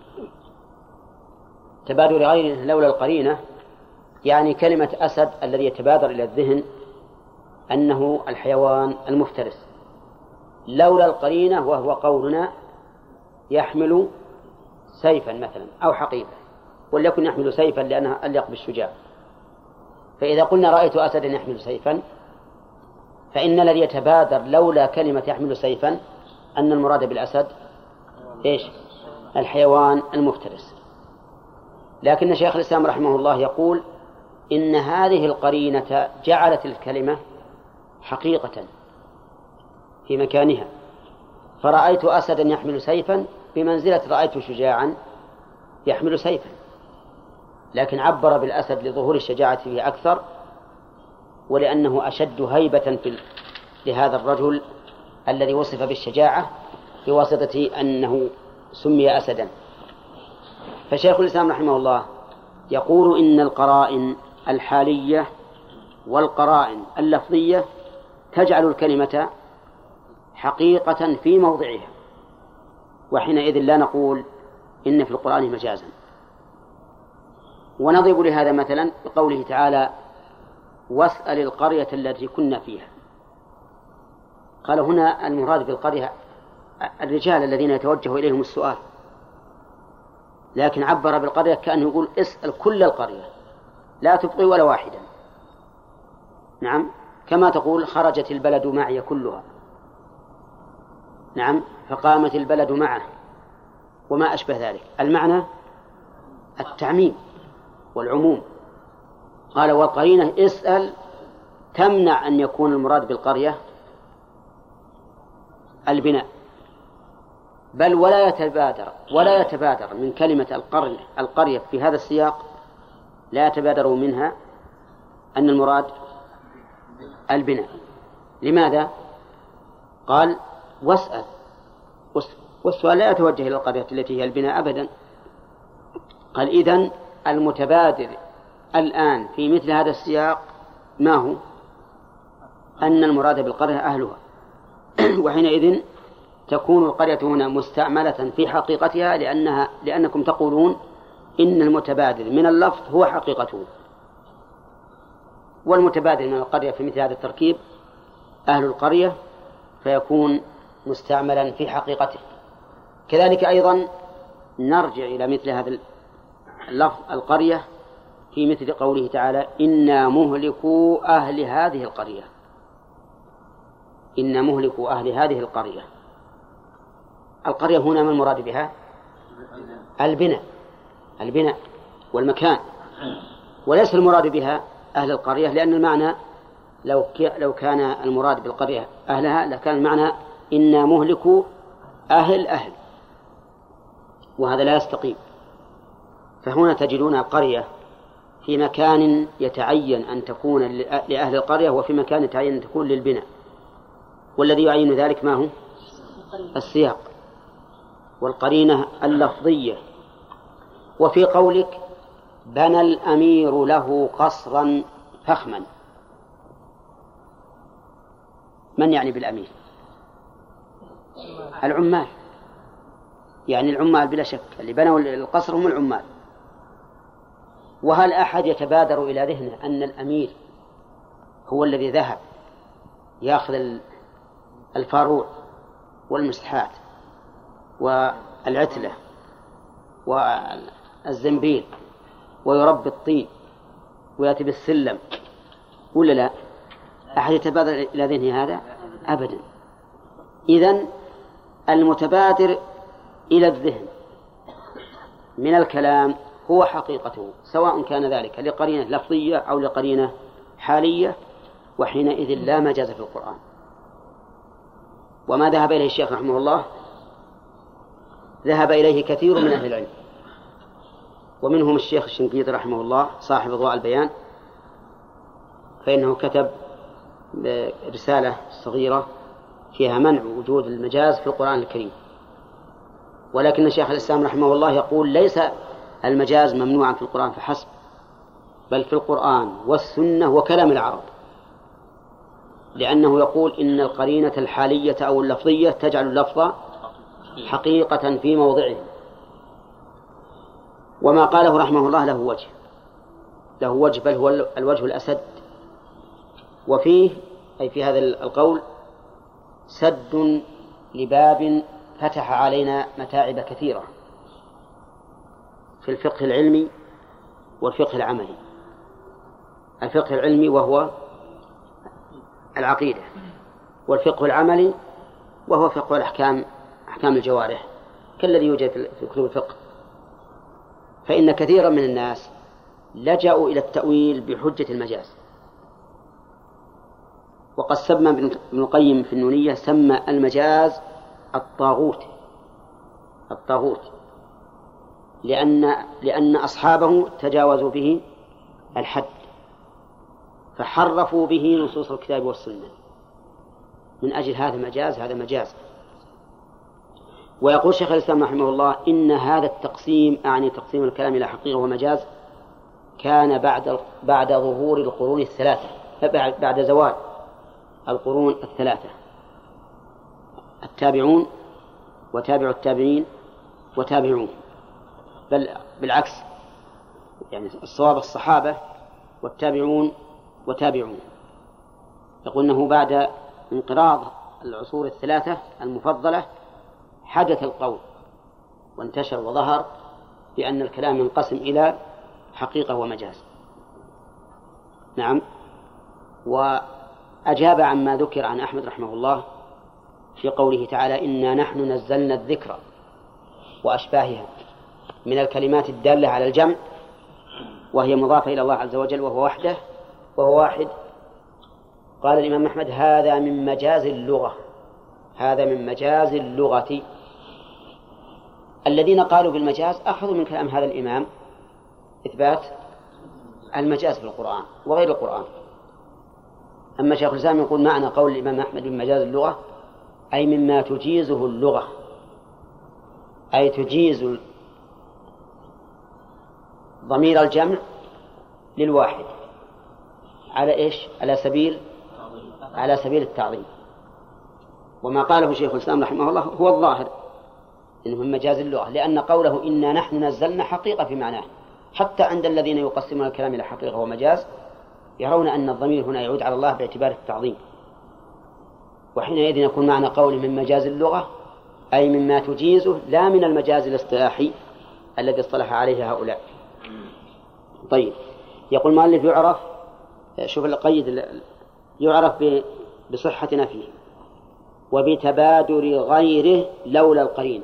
Speaker 1: تبادل غيره لولا القرينة يعني كلمة أسد الذي يتبادر إلى الذهن أنه الحيوان المفترس، لولا القرينة وهو قولنا يحمل سيفا مثلا أو حقيبة، وليكن يحمل سيفا لأنها أليق بالشجاع. فإذا قلنا رأيت أسدا يحمل سيفا، فإن الذي يتبادر لولا كلمة يحمل سيفا أن المراد بالأسد إيش؟ الحيوان المفترس. لكن شيخ الإسلام رحمه الله يقول إن هذه القرينة جعلت الكلمة حقيقة في مكانها، فرأيت أسدا يحمل سيفا بمنزلة رأيت شجاعا يحمل سيفا، لكن عبر بالأسد لظهور الشجاعة فيه أكثر، ولأنه أشد هيبة في لهذا الرجل الذي وصف بالشجاعة بواسطة أنه سمي أسدا. فشيخ الإسلام رحمه الله يقول إن القرائن الحالية والقرائن اللفظية تجعل الكلمة حقيقة في موضعها، وحينئذ لا نقول إن في القرآن مجازا. ونضرب لهذا مثلا بقوله تعالى واسأل القرية التي كنا فيها. قال هنا المراد بالقرية الرجال الذين يتوجه إليهم السؤال، لكن عبر بالقرية كأنه يقول اسأل كل القرية لا تبقي ولا واحدا. نعم، كما تقول خرجت البلد معي كلها، نعم، فقامت البلد معه وما أشبه ذلك. المعنى التعميم والعموم. قال والقرينة اسأل تمنع أن يكون المراد بالقرية البناء، بل ولا يتبادر ولا يتبادر من كلمة القرية القرية في هذا السياق، لا يتبادر منها أن المراد البناء. لماذا؟ قال واسأل، والسؤال لا يتوجه إلى القرية التي هي البناء أبدا. قال إذن المتبادر الآن في مثل هذا السياق ما هو؟ أن المراد بالقرية أهلها، وحينئذ تكون القرية هنا مستعملة في حقيقتها، لأنها لأنكم تقولون إن المتبادل من اللفظ هو حقيقته، والمتبادل من القرية في مثل هذا التركيب أهل القرية، فيكون مستعملا في حقيقته. كذلك أيضا نرجع إلى مثل هذا اللفظ القرية في مثل قوله تعالى إنا مهلكوا أهل هذه القرية. إنا مهلكوا أهل هذه القرية. القرية هنا ما المراد بها؟ البناء البناء والمكان، وليس المراد بها أهل القرية، لأن المعنى لو لو كان المراد بالقرية أهلها لكان المعنى إنا مهلكوا أهل أهل، وهذا لا يستقيم. فهنا تجدون القرية في مكان يتعين أن تكون لأهل القرية، وفي مكان يتعين أن تكون للبناء، والذي يعين ذلك ما هو؟ السياق والقرينة اللفظية. وفي قولك بنى الأمير له قصرا فخما، من يعني بالأمير؟ العمال، يعني العمال بلا شك، اللي بنوا القصر هم العمال. وهل أحد يتبادر إلى ذهنه أن الأمير هو الذي ذهب يأخذ الفاروع والمسحات والعتلة والزنبيل ويربي الطين ويأتي بالسلم، ولا لا؟ أحد يتبادر إلى ذهنه هذا؟ أبدا. إذن المتبادر إلى الذهن من الكلام هو حقيقته، سواء كان ذلك لقرينة لفظية أو لقرينة حالية، وحينئذ لا مجاز في القرآن. وما ذهب إليه الشيخ رحمه الله ذهب إليه كثير من أهل العلم، ومنهم الشيخ الشنقيطي رحمه الله صاحب أضواء البيان، فإنه كتب رسالة صغيرة فيها منع وجود المجاز في القرآن الكريم. ولكن الشيخ الإسلام رحمه الله يقول ليس المجاز ممنوعا في القرآن فحسب، بل في القرآن والسنة وكلام العرب، لأنه يقول إن القرينة الحالية أو اللفظية تجعل اللفظ حقيقة في موضعه. وما قاله رحمه الله له وجه له وجه بل هو الوجه الأسد، وفيه أي في هذا القول سد لباب فتح علينا متاعب كثيرة في الفقه العلمي والفقه العملي. الفقه العلمي وهو العقيدة، والفقه العملي وهو فقه الأحكام، أحكام الجوارح كالذي يوجد في كتب الفقه. فإن كثيرا من الناس لجأوا إلى التأويل بحجة المجاز، وقد سمى ابن القيم في النونية سمى المجاز الطاغوت الطاغوت لأن لأن أصحابه تجاوزوا به الحد، فحرفوا به نصوص الكتاب والسنة. من أجل هذا مجاز هذا مجاز. ويقول شيخ الإسلام رحمه الله إن هذا التقسيم، أعني تقسيم الكلام إلى حقيقة ومجاز، كان بعد بعد ظهور القرون الثلاثة، بعد زوال القرون الثلاثة، التابعون وتابع التابعين وتابعون، بل بالعكس، يعني الصواب الصحابة والتابعون وتابعون. يقول أنه بعد انقراض العصور الثلاثة المفضلة حدث القول وانتشر وظهر بأن الكلام ينقسم إلى حقيقة ومجاز. نعم. وأجاب عما ذكر عن أحمد رحمه الله في قوله تعالى إنا نحن نزلنا الذكر وأشباهها من الكلمات الدالة على الجمع، وهي مضافة إلى الله عز وجل وهو وحده وهو واحد. قال الإمام أحمد هذا من مجاز اللغة، هذا من مجاز اللغة. الذين قالوا بالمجاز أخذوا من كلام هذا الإمام إثبات المجاز في القرآن وغير القرآن. أما شيخ الإسلام يقول معنى قول الإمام أحمد من مجاز اللغة أي مما تجيزه اللغة، أي تجيز ضمير الجمع للواحد على إيش؟ على سبيل على سبيل التعظيم. وما قاله شيخ الإسلام رحمه الله هو الظاهر إنه من مجاز اللغة، لأن قوله إنا نحن نزلنا حقيقة في معناه، حتى عند الذين يقسمون الكلام إلى حقيقة ومجاز يرون أن الضمير هنا يعود على الله باعتبار التعظيم، وحينئذ يكون معنى قوله من مجاز اللغة أي مما تجيزه، لا من المجاز الاصطلاحي الذي اصطلح عليه هؤلاء. طيب، يقول مؤلف يعرف، شوف القيد، يعرف بصحة نفيه وبتبادر غيره لولا القرينة.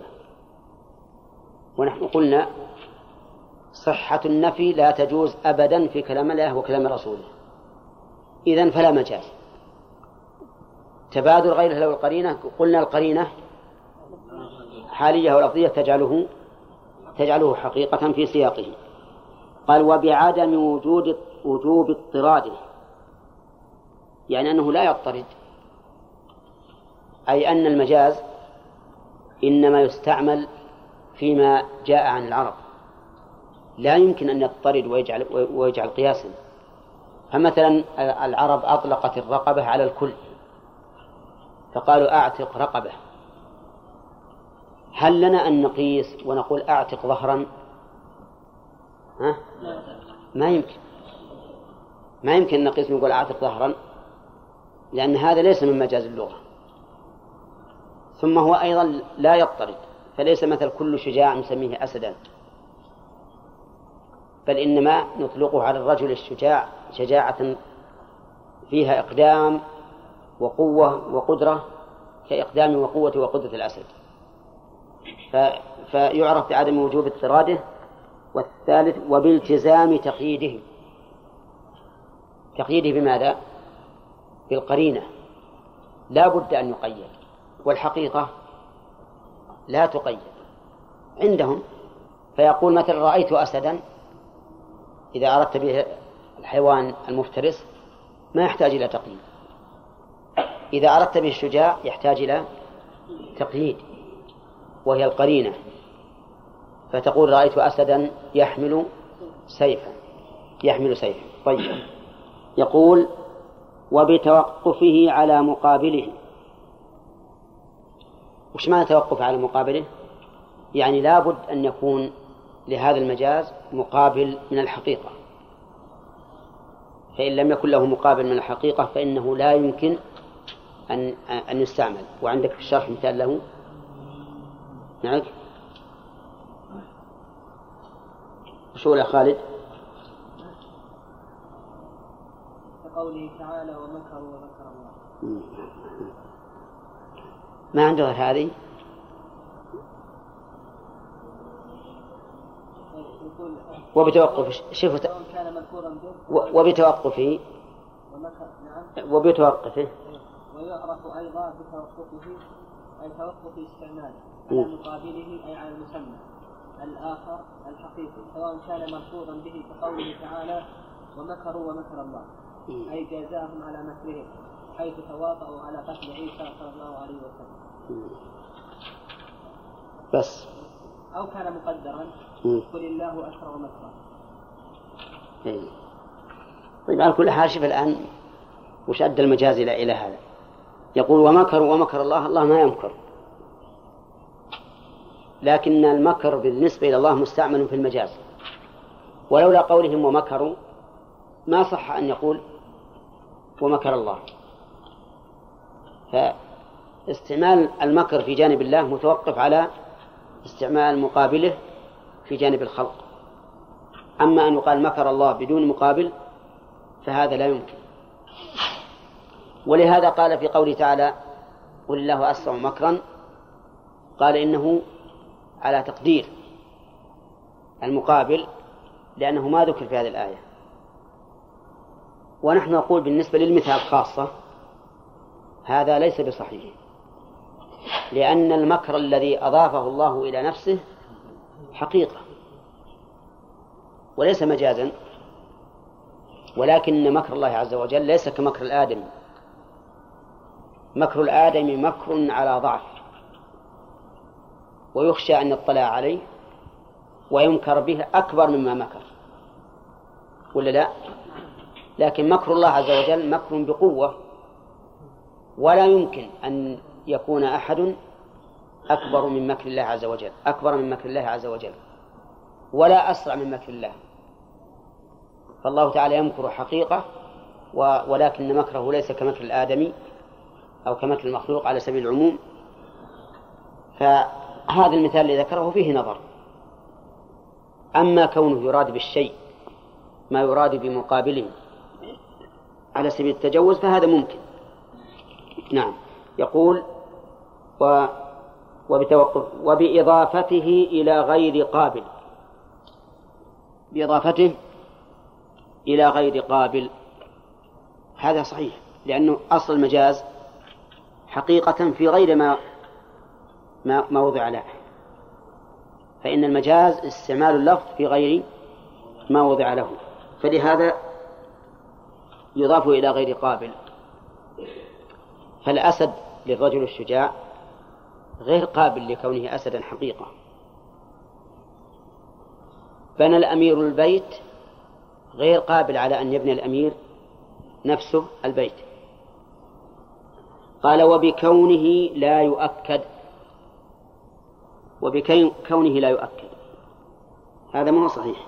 Speaker 1: ونحن قلنا صحة النفي لا تجوز أبدا في كلام الله وكلام رسوله، إذن فلا مجاز. تبادر غيره لولا القرينة، قلنا القرينة حالية ولفظية تجعله تجعله حقيقة في سياقه. قال وبعدم وجود وجوب اضطراده، يعني أنه لا يضطرد، أي أن المجاز إنما يستعمل فيما جاء عن العرب، لا يمكن أن يضطرد ويجعل, ويجعل قياسا. فمثلا العرب أطلقت الرقبة على الكل فقالوا أعتق رقبة، هل لنا أن نقيس ونقول أعتق ظهرا؟ ها؟ ما يمكن ما يمكن نقيس ونقول أعتق ظهرا، لأن هذا ليس من مجاز اللغة. ثم هو أيضا لا يضطرد، فليس مثل كل شجاع نسميه أسدا، بل إنما نطلقه على الرجل الشجاع شجاعة فيها إقدام وقوة وقدرة كإقدام وقوة وقدرة الأسد. فيعرف بعدم وجوب اضطراده. والثالث وبالتزام تقييده، تقييده بماذا؟ بالقرينة، لا بد أن يقيد، والحقيقة لا تقيد عندهم. فيقول مثلا رأيت أسدا، إذا أردت به الحيوان المفترس ما يحتاج إلى تقييد، إذا أردت به الشجاع يحتاج إلى تقييد وهي القرينة. فتقول رأيت أسدا يحمل سيفا يحمل سيفا. طيب، يقول وبتوقفه على مقابله. وش معنى توقف على مقابله؟ يعني لا بد أن يكون لهذا المجاز مقابل من الحقيقة، فإن لم يكن له مقابل من الحقيقة فإنه لا يمكن أن أن يستعمل. وعندك في الشرح مثال له. نعم، شو يا خالد؟
Speaker 2: كقوله تعالى ومكروا ومكر الله.
Speaker 1: ما عنده غير هذه. وبتوقف شوف
Speaker 2: كان مذكورا
Speaker 1: به وبتوقفه وبتوقفه
Speaker 2: ويعرف أيضا بتوقفه أي توقف استعماله على مقابله أي على المسمى الآخر الحقيقي، سواء كان مرفوضا به كقوله تعالى ومكروا ومكر الله، أي جازاهم على مكرهم حيث تواطؤوا على قتل عيسى صلى الله عليه وسلم.
Speaker 1: بس
Speaker 2: أو كان مقدرا قل الله أسرع مكرا.
Speaker 1: طيب، على كل حال شوف الآن وش أدى المجاز إلى هذا. يقول ومكروا ومكر الله، الله ما يمكر، لكن المكر بالنسبة إلى الله مستعمل في المجاز. ولولا قولهم ومكروا ما صح أن يقول ومكر الله. فاستعمال المكر في جانب الله متوقف على استعمال مقابله في جانب الخلق. أما أن يقال مكر الله بدون مقابل فهذا لا يمكن. ولهذا قال في قوله تعالى قل الله أسرع مكرا، قال إنه على تقدير المقابل لأنه ما ذكر في هذه الآية. ونحن نقول بالنسبة للمثال خاصة هذا ليس بصحيح، لأن المكر الذي أضافه الله إلى نفسه حقيقة وليس مجازا، ولكن مكر الله عز وجل ليس كمكر الآدم. مكر الآدم مكر على ضعف ويخشى أن يطلع عليه وينكر به أكبر مما مكر، ولا لا؟ لكن مكر الله عز وجل مكر بقوة ولا يمكن أن يكون أحد أكبر من مكر الله عز وجل أكبر من مكر الله عز وجل ولا أسرع من مكر الله. فالله تعالى يمكر حقيقة، ولكن مكره ليس كمكر الآدمي أو كمكر المخلوق على سبيل العموم. فهذا المثال الذي ذكره فيه نظر. أما كونه يراد بالشيء ما يراد بمقابله على سبيل التجوز فهذا ممكن. نعم. يقول و وبتوقف وبإضافته إلى غير قابل بإضافته إلى غير قابل هذا صحيح، لأنه أصل المجاز حقيقة في غير ما ما, ما وضع له، فإن المجاز استعمال اللفظ في غير ما وضع له، فلهذا يضاف إلى غير قابل. فالأسد للرجل الشجاع غير قابل لكونه أسدا حقيقة. بنى الأمير البيت غير قابل على أن يبني الأمير نفسه البيت. قال وبكونه لا يؤكد وبكونه لا يؤكد هذا ما هو صحيح،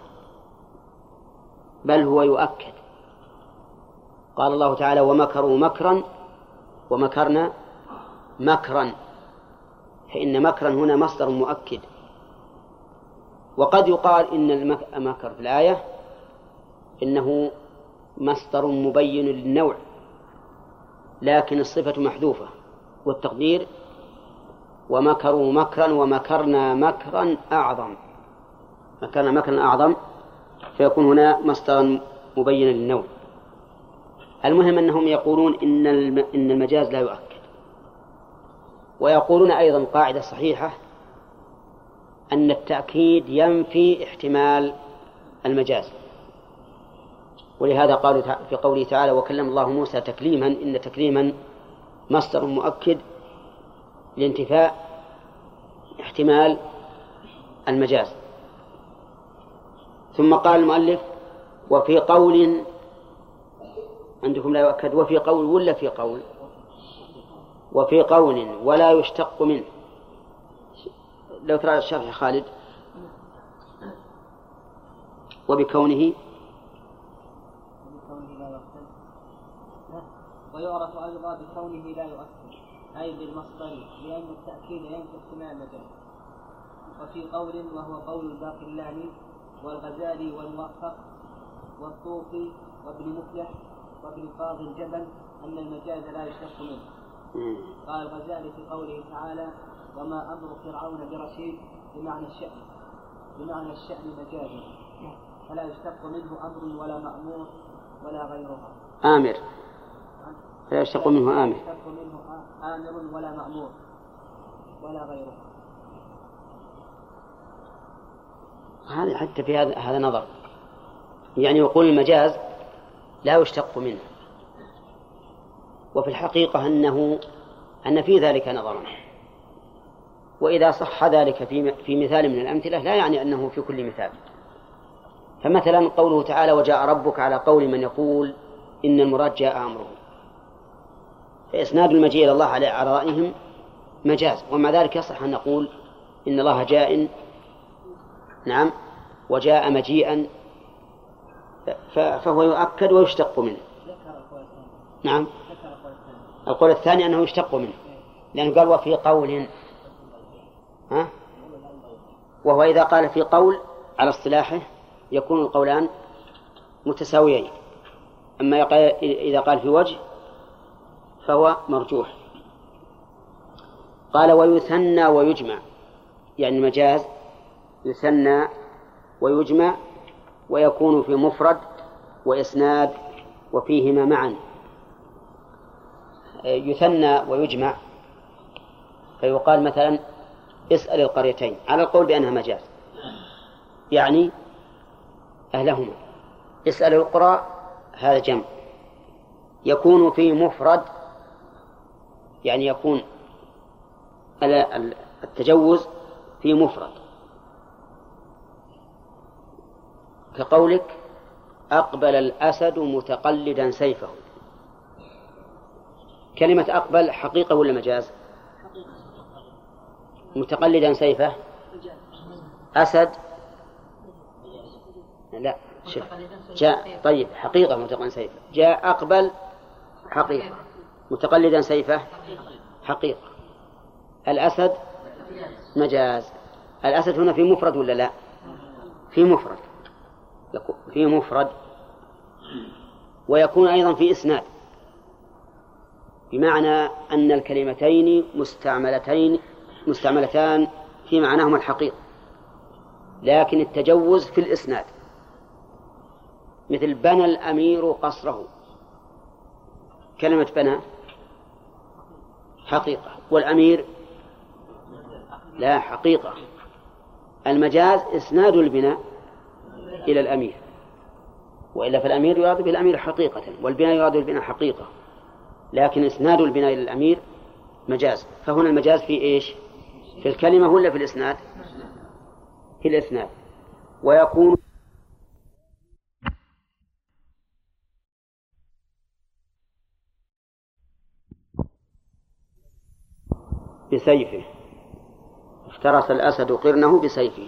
Speaker 1: بل هو يؤكد. قال الله تعالى ومكروا مكرا ومكرنا مكرا، فإن مكرا هنا مصدر مؤكد. وقد يقال إن المكر في الآية إنه مصدر مبين للنوع، لكن الصفة محذوفة، والتقدير ومكروا مكرا ومكرنا مكرا أعظم، مكرنا مكرا أعظم، فيكون هنا مصدرا مبينا للنوع. المهم أنهم يقولون إن إن المجاز لا يؤكد، ويقولون أيضا قاعدة صحيحة أن التأكيد ينفي احتمال المجاز، ولهذا قالوا في قوله تعالى وكلم الله موسى تكليما إن تكليما مصدر مؤكد لانتفاء احتمال المجاز. ثم قال المؤلف وفي قول، عندكم لا يؤكد وفي قول ولا في قول؟ وفي قول ولا يشتق منه. لو ترى الشرح خالد وبكونه
Speaker 2: ويعرف أيضا بكونه لا يؤكد أي بالمصدر، لأن التأكيد ينفي احتمال المجاز. وفي قول وهو قول الباقلاني والغزالي والموفق والطوفي وابن مفلح وابن قاضي الجبل أن المجاز لا يشتق منه. قال الغزالي في قوله تعالى وما أمر فرعون برشيد بمعنى الشأن بمعنى الشأن مجازا، فلا يشتق منه أمر ولا مأمور ولا غيرها.
Speaker 1: آمر لا يشتق منه آمر
Speaker 2: يشتق منه آمر ولا مأمور ولا غيرها.
Speaker 1: هذا حتى في هذا هذا نظر، يعني يقول المجاز لا يشتق منه، وفي الحقيقة أنه أن في ذلك نظرا، وإذا صح ذلك في في مثال من الأمثلة لا يعني أنه في كل مثال. فمثلا قوله تعالى وجاء ربك على قول من يقول إن المراد جاء أمره، فإسناد المجيء إلى الله على رأيهم مجاز، ومع ذلك يصح أن نقول إن الله جاء نعم وجاء مجيئا، فهو يؤكد ويشتق منه. نعم القول الثاني أنه يشتق منه، لأنه قال وفي قول، ها؟ وهو إذا قال في قول على اصطلاحه يكون القولان متساويين، أما إذا قال في وجه فهو مرجوح. قال ويثنى ويجمع، يعني مجاز يثنى ويجمع ويكون في مفرد وإسناد وفيهما معا. يثنى ويجمع فيقال مثلا اسأل القريتين على القول بأنها مجاز، يعني أهلهما. اسأل القرى هذا جمع. يكون في مفرد يعني يكون التجوز في مفرد، كقولك أقبل الأسد متقلدا سيفه، كلمة أقبل حقيقة ولا مجاز؟ متقلدا سيفه أسد لا شوف جاء طيب حقيقة متقلدا سيفه جاء أقبل حقيقة متقلدا سيفه حقيقة. الأسد مجاز. الأسد هنا في مفرد ولا لا؟ في مفرد في مفرد ويكون أيضا في إسناد، بمعنى أن الكلمتين مستعملتين مستعملتان في معناهما الحقيقة، لكن التجوز في الإسناد، مثل بنى الأمير قصره، كلمة بنى حقيقة والأمير لا حقيقة. المجاز إسناد البناء إلى الأمير، وإلا فالأمير يراد به الأمير حقيقة والبناء يراد بالبناء حقيقة، لكن إسناد البناء إلى الأمير مجاز. فهنا المجاز في إيش؟ في الكلمة ولا في الإسناد؟ في الإسناد. ويكون بسيفه افترس الأسد قرنه بسيفه،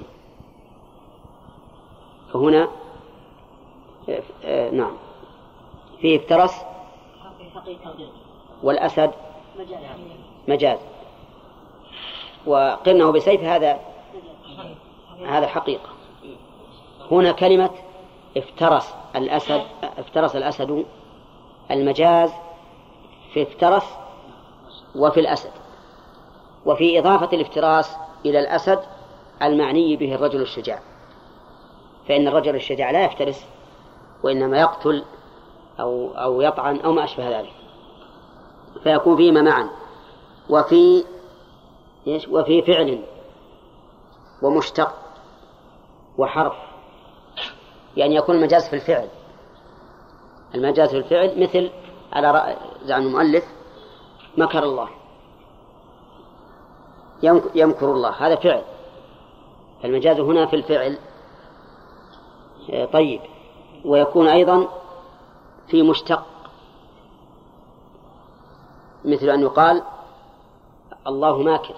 Speaker 1: فهنا نعم فيه افترس والأسد مجاز، وقرنه بسيف هذا هذا حقيقة. هنا كلمة افترس الأسد افترس الأسد المجاز في افترس وفي الأسد، وفي إضافة الافتراس إلى الأسد المعني به الرجل الشجاع، فإن الرجل الشجاع لا يفترس وإنما يقتل أو أو يطعن أو ما أشبه ذلك، فيكون فيما معا. وفي وفي فعل ومشتق وحرف، يعني يكون المجاز في الفعل. المجاز في الفعل مثل على رأي زعم المؤلف مكر الله، يمكر الله، هذا فعل، المجاز هنا في الفعل. طيب، ويكون أيضا في مشتق، مثل أن يقال الله ماكر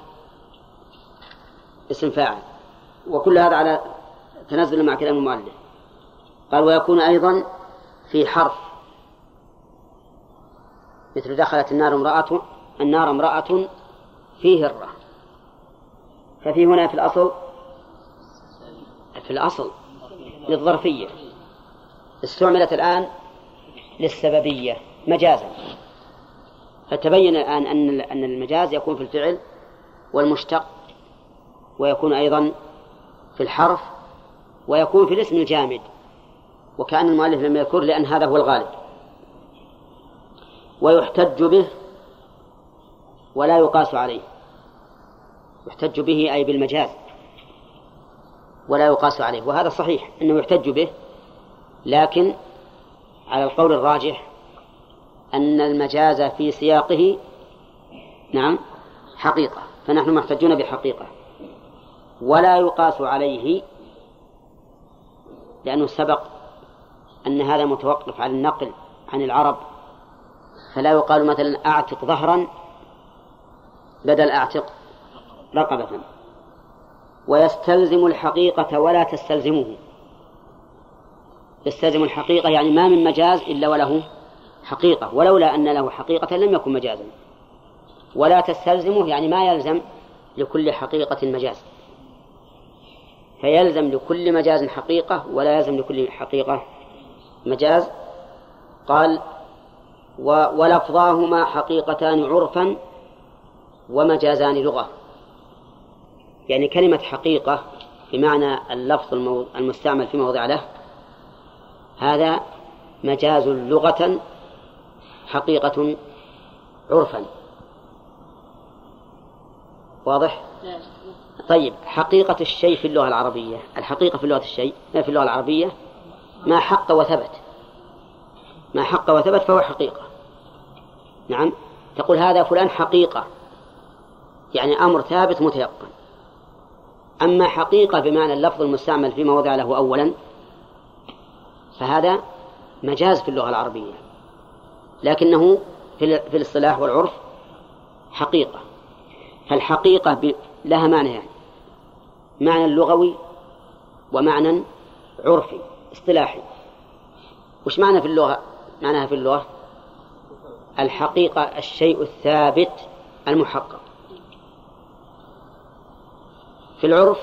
Speaker 1: اسم فاعل، وكل هذا على تنزل مع كلام المؤلف. قال ويكون أيضا في حرف، مثل دخلت النار امرأة النار امرأة في هرة، ففي هنا في الأصل في الأصل للظرفية، استعملت الآن للسببية مجازا، فتبين الآن أن أن المجاز يكون في الفعل والمشتق، ويكون أيضا في الحرف، ويكون في الاسم الجامد، وكأن المؤلف لم يذكر لأن هذا هو الغالب. ويحتج به ولا يقاس عليه، يحتج به أي بالمجاز ولا يقاس عليه، وهذا صحيح أنه يحتج به، لكن على القول الراجح أن المجاز في سياقه نعم حقيقة، فنحن محتجون بحقيقة. ولا يقاس عليه لأنه سبق أن هذا متوقف على النقل عن العرب، فلا يقال مثلا أعتق ظهرا بدل أعتق رقبة. ويستلزم الحقيقة ولا تستلزمه، يستلزم الحقيقة يعني ما من مجاز إلا وله حقيقة، ولولا أن له حقيقة لم يكن مجازا. ولا تستلزمه يعني ما يلزم لكل حقيقة مجاز، فيلزم لكل مجاز حقيقة ولا يلزم لكل حقيقة مجاز. قال ولفظاهما حقيقتان عرفا ومجازان لغة، يعني كلمة حقيقة بمعنى اللفظ المستعمل في موضع له، هذا مجاز لغة، حقيقة عرفا. واضح؟ طيب، حقيقة الشيء في اللغة العربية، الحقيقة في اللغة الشيء في اللغة العربية ما حق وثبت، ما حق وثبت فهو حقيقة. نعم، تقول هذا فلان حقيقة، يعني أمر ثابت متيقن. أما حقيقة بمعنى اللفظ المستعمل في موضع له أولا فهذا مجاز في اللغة العربية، لكنه في, في الاصطلاح والعرف حقيقة. فالحقيقة لها معنى، يعني معنى لغوي ومعنى عرفي اصطلاحي. وش معنى في اللغة؟ معناها في اللغة الحقيقة الشيء الثابت المحقق. في العرف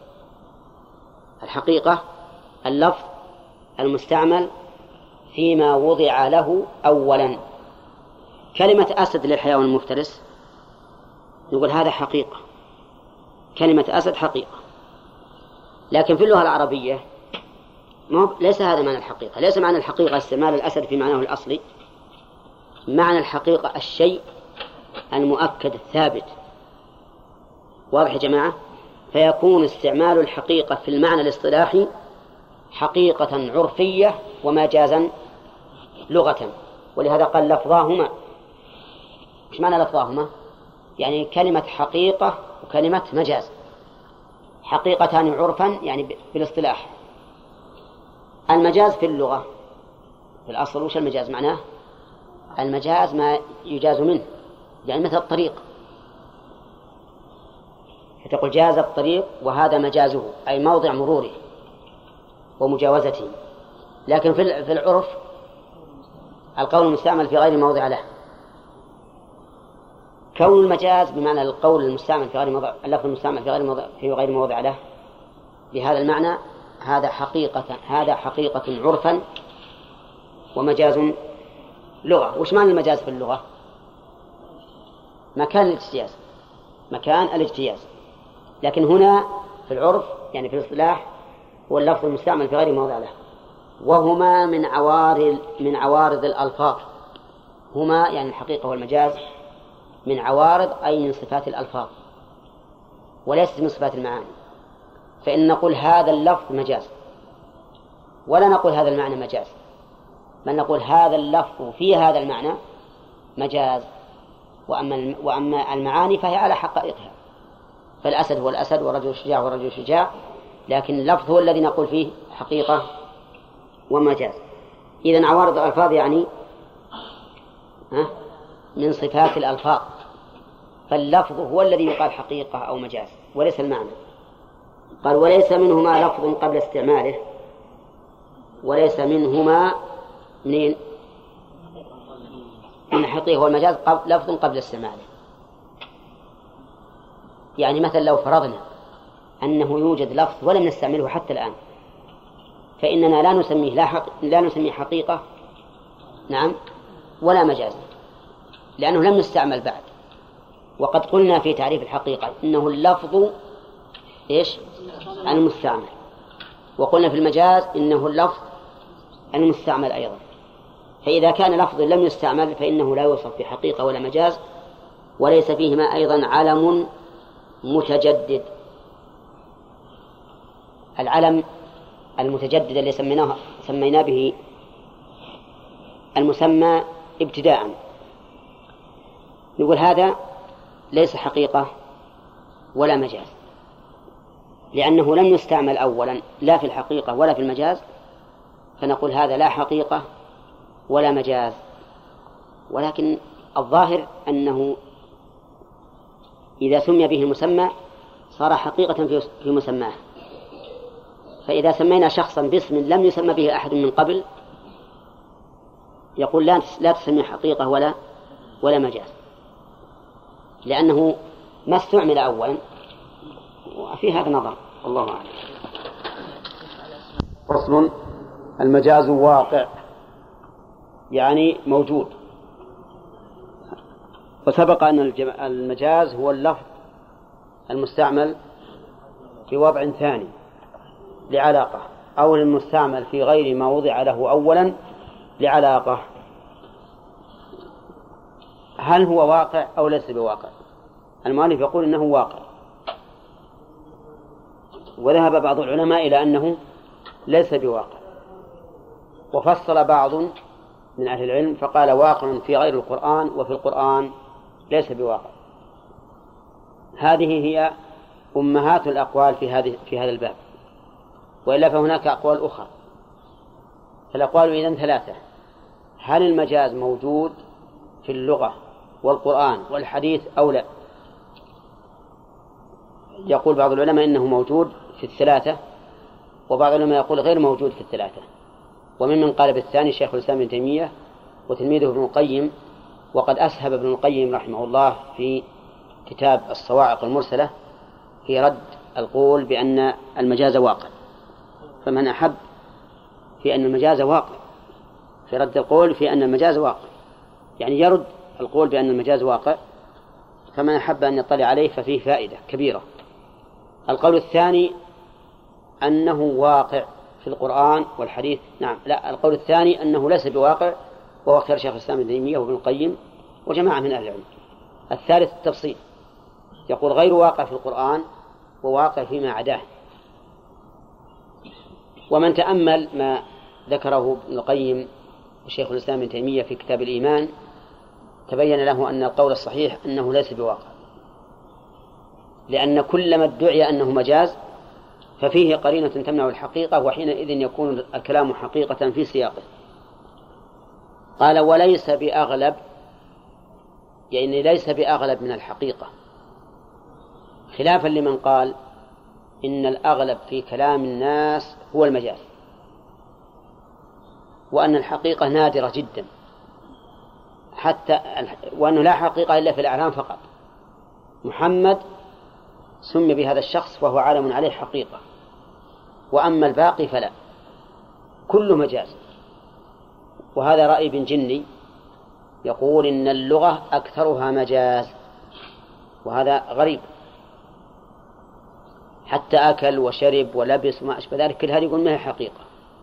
Speaker 1: الحقيقة اللفظ المستعمل فيما وضع له أولا. كلمة أسد للحيوان المفترس نقول هذا حقيقة، كلمة أسد حقيقة. لكن في اللغة العربية ليس هذا معنى الحقيقة. ليس معنى الحقيقة استعمال الأسد في معناه الأصلي. معنى الحقيقة الشيء المؤكد الثابت. واضح يا جماعة؟ فيكون استعمال الحقيقة في المعنى الاصطلاحي حقيقة عرفية ومجازا لغة. ولهذا قال لفظاهما. إيش معنى لفظاهما؟ يعني كلمة حقيقة وكلمة مجاز، حقيقتان عرفا يعني بالاصطلاح. المجاز في اللغة في الأصل وش المجاز معناه؟ المجاز ما يجاز منه، يعني مثل الطريق، فتقول جاز الطريق وهذا مجازه أي موضع مروره ومجاوزته. لكن في العرف القول المستعمل في غير موضع له. كون المجاز بمعنى القول المستعمل في غير موضع، اللفظ المستعمل في غير موضع في غير موضع له بهذا المعنى، هذا حقيقة هذا حقيقة عرفا ومجاز لغة. وش معنى المجاز في اللغة؟ مكان الاجتياز، مكان الاجتياز. لكن هنا في العرف يعني في الاصطلاح هو اللفظ المستعمل في غير موضع له. وهما من عوارض من عوارض الألفاظ. هما يعني الحقيقة والمجاز من عوارض أي من صفات الألفاظ وليست من صفات المعاني. فإن نقول هذا اللفظ مجاز ولا نقول هذا المعنى مجاز، بل نقول هذا اللفظ في هذا المعنى مجاز. وأما وأما المعاني فهي على حقائقها. فالأسد هو الأسد والرجل الشجاع والرجل الشجاع، لكن اللفظ هو الذي نقول فيه حقيقة ومجاز. إذن عوارض الألفاظ يعني ها من صفات الألفاظ. فاللفظ هو الذي يقال حقيقة أو مجاز وليس المعنى. قال وليس منهما لفظ قبل استعماله. وليس منهما منين؟ من الحقيقة والمجاز لفظ قبل استعماله. يعني مثلا لو فرضنا أنه يوجد لفظ ولم نستعمله حتى الآن، فإننا لا نسميه لا, حق... لا نسميه حقيقة نعم ولا مجاز، لأنه لم يستعمل بعد. وقد قلنا في تعريف الحقيقة إنه اللفظ إيش؟ المستعمل. وقلنا في المجاز إنه اللفظ المستعمل أيضا. فإذا كان لفظ لم يستعمل فإنه لا يوصف بحقيقة ولا مجاز، وليس فيهما أيضا علم متجدد. العلم المتجدد اللي سميناه سمينا به المسمى ابتداء، نقول هذا ليس حقيقة ولا مجاز، لأنه لم يستعمل أولا لا في الحقيقة ولا في المجاز، فنقول هذا لا حقيقة ولا مجاز. ولكن الظاهر أنه إذا سمي به المسمى صار حقيقة في مسماه. فإذا سمينا شخصا باسم لم يسمى به أحد من قبل يقول لا لا تسمي حقيقة ولا ولا مجاز، لأنه ما استعمل أولا. وفي هذا نظر والله أعلم.
Speaker 3: فصل: المجاز واقع يعني موجود. وسبق أن المجاز هو اللفظ المستعمل في وضع ثاني لعلاقة، أو المستعمل في غير ما وضع له أولا لعلاقة. هل هو واقع أو ليس بواقع؟ المؤلف يقول إنه واقع، وذهب بعض العلماء إلى أنه ليس بواقع، وفصل بعض من أهل العلم فقال واقع في غير القرآن وفي القرآن ليس بواقع. هذه هي أمهات الأقوال في هذه في هذا الباب، وإلا فهناك أقوال أخرى. فالأقوال إذن ثلاثة: هل المجاز موجود في اللغة والقرآن والحديث أو لا؟ يقول بعض العلماء إنه موجود في الثلاثة، وبعض العلماء يقول غير موجود في الثلاثة. وممن قال بالثاني شيخ الإسلام ابن تيمية وتلميذه ابن القيم، وقد أسهب ابن القيم رحمه الله في كتاب الصواعق المرسلة في رد القول بأن المجاز واقع. فمن أحب في أن المجاز واقع، في رد القول في أن المجاز واقع، يعني يرد القول بأن المجاز واقع، فمن أحب أن يطلع عليه ففيه فائدة كبيرة. القول الثاني أنه واقع في القرآن والحديث. نعم، لا، القول الثاني أنه ليس بواقع، وهو اختيار شيخ الإسلام ابن تيمية وابن القيم وجماعة من أهل العلم. الثالث التفصيل، يقول غير واقع في القرآن وواقع فيما عداه. ومن تأمل ما ذكره ابن القيم وشيخ الإسلام ابن تيمية في كتاب الإيمان تبين له أن القول الصحيح أنه ليس بواقع، لأن كلما ادعي أنه مجاز ففيه قرينة تمنع الحقيقة، وحينئذ يكون الكلام حقيقة في سياقه. قال وليس بأغلب، يعني ليس بأغلب من الحقيقة، خلافا لمن قال إن الأغلب في كلام الناس هو المجاز، وأن الحقيقة نادرة جدا، حتى وأنه لا حقيقة إلا في الأعلام فقط. محمد سمي بهذا الشخص وهو عالم عليه حقيقة، وأما الباقي فلا، كل مجاز. وهذا رأي ابن جني يقول إن اللغة أكثرها مجاز، وهذا غريب. حتى أكل وشرب ولبس وما أشبه ذلك، كل هذه يقول ما هي حقيقة،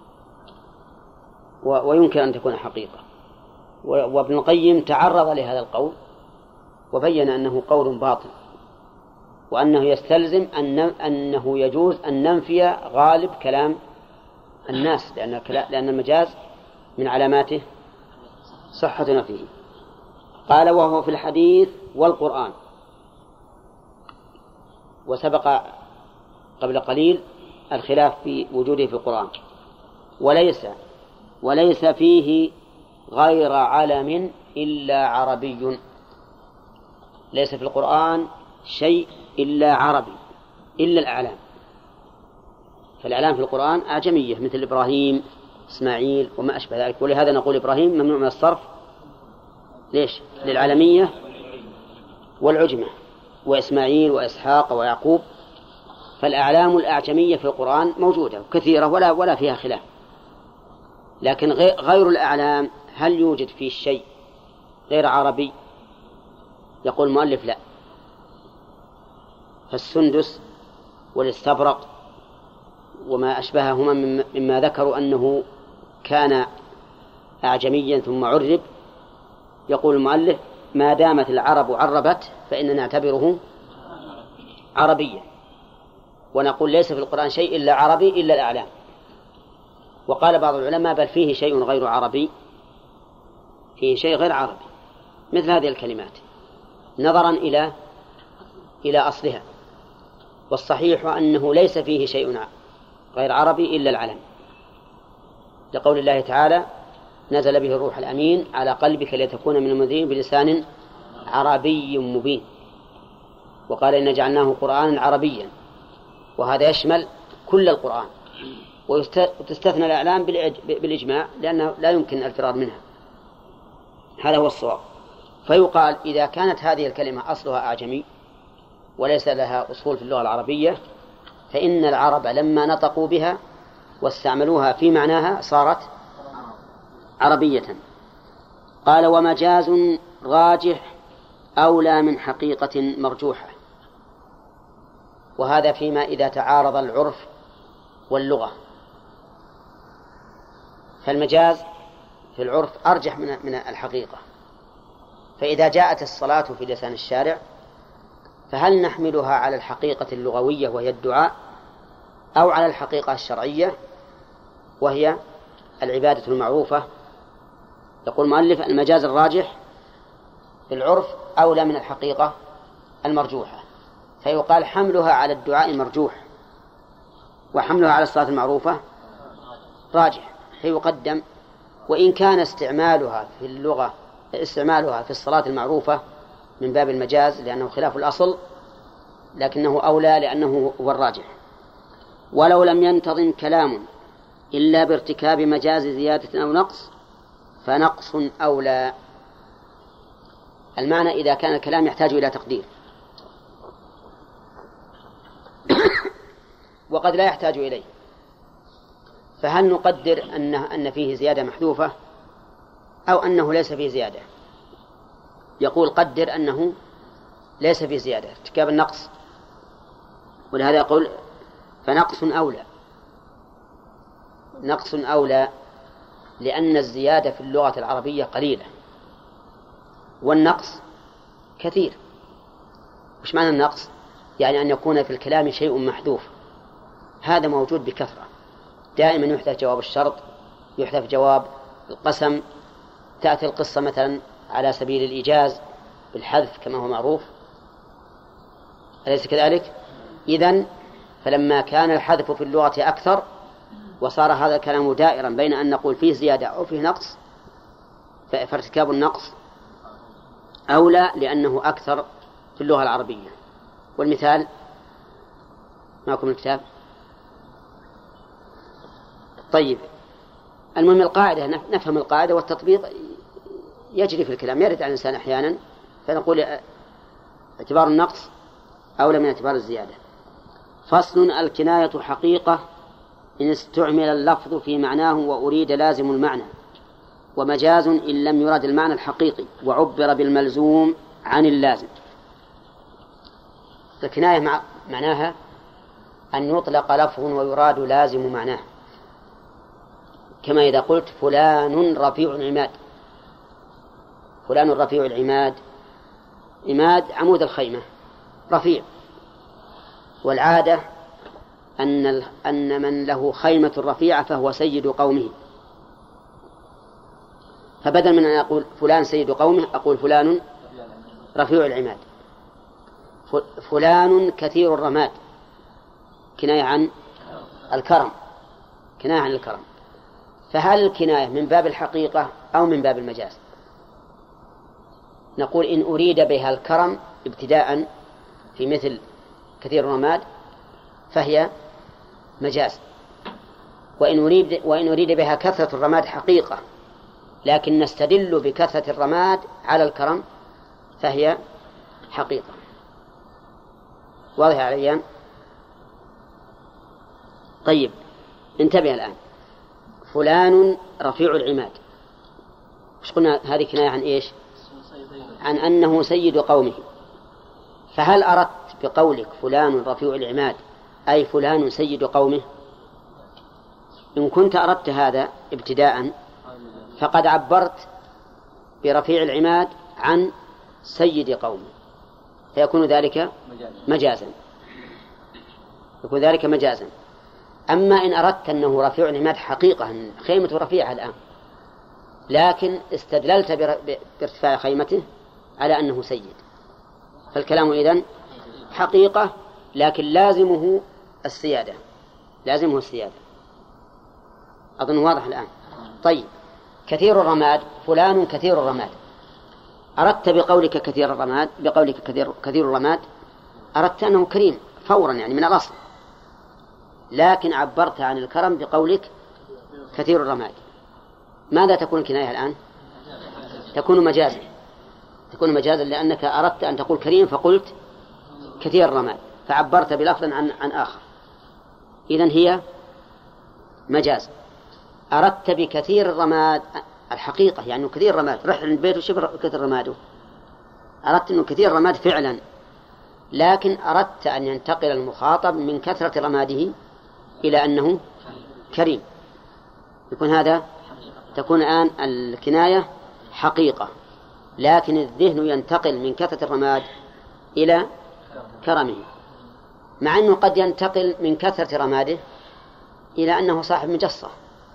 Speaker 3: ويمكن أن تكون حقيقة. وابن القيم تعرض لهذا القول وبين أنه قول باطل، وأنه يستلزم أن أنه يجوز أن ننفي غالب كلام الناس، لأن لأن المجاز من علاماته صحة نفيه. قال وهو في الحديث والقرآن. وسبق قبل قليل الخلاف في وجوده في القرآن. وليس وليس فيه غير علم إلا عربي، ليس في القرآن شيء إلا عربي، إلا الأعلام. فالأعلام في القرآن أعجمية مثل إبراهيم، إسماعيل وما أشبه ذلك. ولهذا نقول إبراهيم ممنوع من الصرف، ليش؟ للعالمية والعجمة، وإسماعيل وإسحاق ويعقوب. فالأعلام الأعجمية في القرآن موجودة كثيرة ولا ولا فيها خلاف. لكن غير الأعلام هل يوجد فيه شيء غير عربي؟ يقول المؤلف لا. فالسندس والاستبرق وما أشبههما مما ذكروا أنه كان أعجميا ثم عرب، يقول المؤلف ما دامت العرب عربت فإننا نعتبره عربيا، ونقول ليس في القرآن شيء إلا عربي إلا الأعلام. وقال بعض العلماء بل فيه شيء غير عربي، فيه شيء غير عربي مثل هذه الكلمات نظرا إلى إلى أصلها. والصحيح أنه ليس فيه شيء غير عربي إلا العلم، لقول الله تعالى نزل به الروح الأمين على قلبك لتكون من المنذرين بلسان عربي مبين. وقال إن جعلناه قرآنا عربيا، وهذا يشمل كل القرآن، وتستثنى الأعلام بالإجماع لأنه لا يمكن الفرار منها. هذا هو الصواب. فيقال إذا كانت هذه الكلمة أصلها أعجمي وليس لها أصول في اللغة العربية، فإن العرب لما نطقوا بها واستعملوها في معناها صارت عربية. قال ومجاز راجح أولى من حقيقة مرجوحة. وهذا فيما إذا تعارض العرف واللغة، فالمجاز في العرف أرجح من الحقيقة. فإذا جاءت الصلاة في لسان الشارع فهل نحملها على الحقيقة اللغوية وهي الدعاء، أو على الحقيقة الشرعية وهي العبادة المعروفة؟ يقول المؤلف المجاز الراجح في العرف أولى من الحقيقة المرجوحة، فيقال حملها على الدعاء مرجوح وحملها على الصلاة المعروفة راجح، فيقدم. وإن كان استعمالها في اللغة استعمالها في الصلاة المعروفة من باب المجاز لأنه خلاف الأصل، لكنه أولى لأنه هو الراجح. ولو لم ينتظم كلام إلا بارتكاب مجاز زيادة أو نقص فنقص أولى. المعنى إذا كان الكلام يحتاج إلى تقدير وقد لا يحتاج إليه، فهل نقدر أن أن فيه زيادة محذوفة أو أنه ليس فيه زيادة؟ يقول قدر أنه ليس فيه زيادة ارتكاب النقص، ولهذا يقول فنقص أولى. نقص أولى لأن الزيادة في اللغة العربية قليلة والنقص كثير. وش معنى النقص؟ يعني أن يكون في الكلام شيء محذوف، هذا موجود بكثرة، دائما يحذف جواب الشرط، يحذف جواب القسم، تأتي القصة مثلا على سبيل الإيجاز بالحذف كما هو معروف، أليس كذلك؟ إذن فلما كان الحذف في اللغة أكثر وصار هذا الكلام دائرا بين أن نقول فيه زيادة أو فيه نقص، فارتكاب النقص أولى لأنه أكثر في اللغة العربية. والمثال معكم الكتاب. طيب، المهم القاعدة نفهم القاعدة، والتطبيق يجري في الكلام، يرد على الإنسان أحيانا، فنقول اعتبار النقص أولى من اعتبار الزيادة. فصل: الكناية حقيقة إن استعمل اللفظ في معناه وأريد لازم المعنى، ومجاز إن لم يرد المعنى الحقيقي وعبر بالملزوم عن اللازم. الكناية مع معناها أن يطلق لفظ ويراد لازم معناه، كما إذا قلت فلان رفيع العماد. فلان رفيع العماد، عماد عمود الخيمة، رفيع، والعادة أن أن من له خيمة رفيعة فهو سيد قومه، فبدل من أن أقول فلان سيد قومه أقول فلان رفيع العماد. فلان كثير الرماد، كناية عن الكرم، كناية عن الكرم. فهل الكناية من باب الحقيقة أو من باب المجاز؟ نقول إن أريد بها الكرم ابتداء في مثل كثير الرماد فهي مجاز، وإن أريد, وإن أريد بها كثرة الرماد حقيقة لكن نستدل بكثرة الرماد على الكرم فهي حقيقة. واضح عليا؟ طيب، انتبه الآن. فلان رفيع العماد، مش قلنا هذه كناية عن إيش؟ عن أنه سيد قومه. فهل أردت بقولك فلان رفيع العماد أي فلان سيد قومه؟ إن كنت أردت هذا ابتداء فقد عبرت برفيع العماد عن سيد قومه، فيكون ذلك مجازا، يكون ذلك مجازا. أما إن أردت أنه رفيع العماد حقيقة، خيمة رفيعة الآن، لكن استدللت بارتفاع خيمته على أنه سيد، فالكلام إذن حقيقة لكن لازمه السيادة، لازمه السيادة. أظن واضح الآن. طيب، كثير الرماد، فلان كثير الرماد، أردت بقولك كثير الرماد، بقولك كثير, كثير الرماد أردت أنه كريم فورا، يعني من الأصل، لكن عبرت عن الكرم بقولك كثير الرماد. ماذا تكون الكناية الآن؟ تكون مجازا، تكون مجازا لأنك أردت أن تقول كريم فقلت كثير الرماد، فعبرت بلفظ عن, عن آخر، إذن هي مجاز. أردت بكثير الرماد الحقيقة، يعني كثير الرماد، رح عند بيته شبر كثير رماده، أردت أنه كثير رماد فعلا، لكن أردت أن ينتقل المخاطب من كثرة رماده إلى أنه كريم، يكون هذا، تكون الآن الكناية حقيقة، لكن الذهن ينتقل من كثرة الرماد إلى كرمه، مع أنه قد ينتقل من كثرة رماده إلى أنه صاحب مجصة،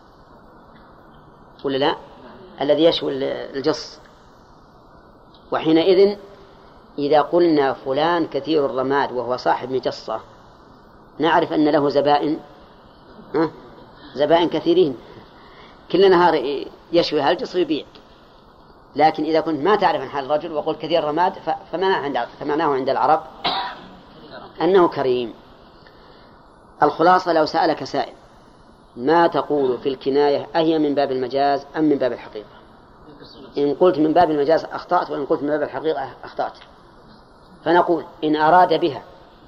Speaker 3: ولا لا؟ الذي يشوي الجص. وحينئذ إذا قلنا فلان كثير الرماد وهو صاحب مجصة نعرف أن له زبائن، أه؟ زبائن كثيرين، كل نهار يشوي هالجص ويبيع، لكن إذا كنت ما تعرف عن حال الرجل وقلت كثير الرماد فمعناه عند العرب أنه كريم. الخلاصة لو سألك سائل ما تقول في الكناية أهي من باب المجاز أم من باب الحقيقة؟ إن قلت من باب المجاز أخطأت، وإن قلت من باب الحقيقة أخطأت. فنقول إن أراد بها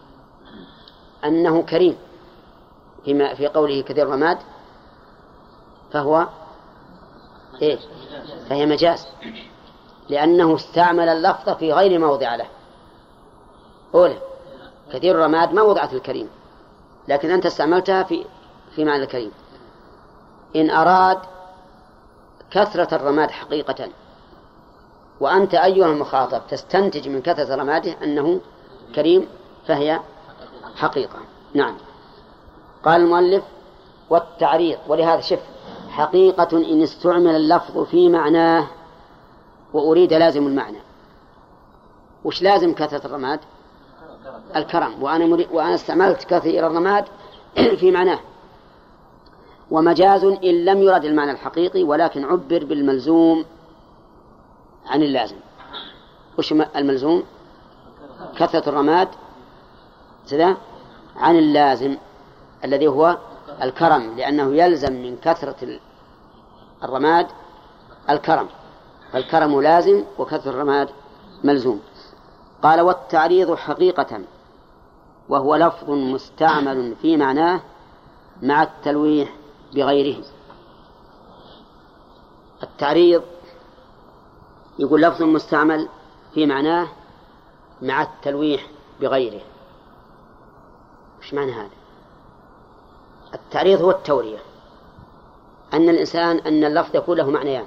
Speaker 3: أنه كريم فيما في قوله كثير الرماد فهو إيه؟ فهي مجاز، لأنه استعمل اللفظ في غير موضع له. أولا كثير الرماد ما وضعت الكريم، لكن أنت استعملتها في في معنى الكريم. إن أراد كثرة الرماد حقيقة، وأنت أيها المخاطب تستنتج من كثرة رماده أنه كريم، فهي حقيقة. نعم. قال المؤلف والتعريض، ولهذا شف حقيقة إن استعمل اللفظ في معناه وأريد لازم المعنى. وش لازم كثرة الرماد؟ الكرم، وأنا, مري... وأنا استعملت كثير الرماد في معناه. ومجاز إن لم يرد المعنى الحقيقي ولكن عبر بالملزوم عن اللازم. وش الملزوم؟ كثرة الرماد سذا عن اللازم الذي هو الكرم، لأنه يلزم من كثرة الرماد الكرم، فالكرم لازم وكثرة الرماد ملزوم. قال والتعريض حقيقة وهو لفظ مستعمل في معناه مع التلويح بغيره. التعريض يقول لفظ مستعمل في معناه مع التلويح بغيره. وش معنى هذا؟ التعريض هو التورية، أن الإنسان أن اللفظ يكون له معنيان،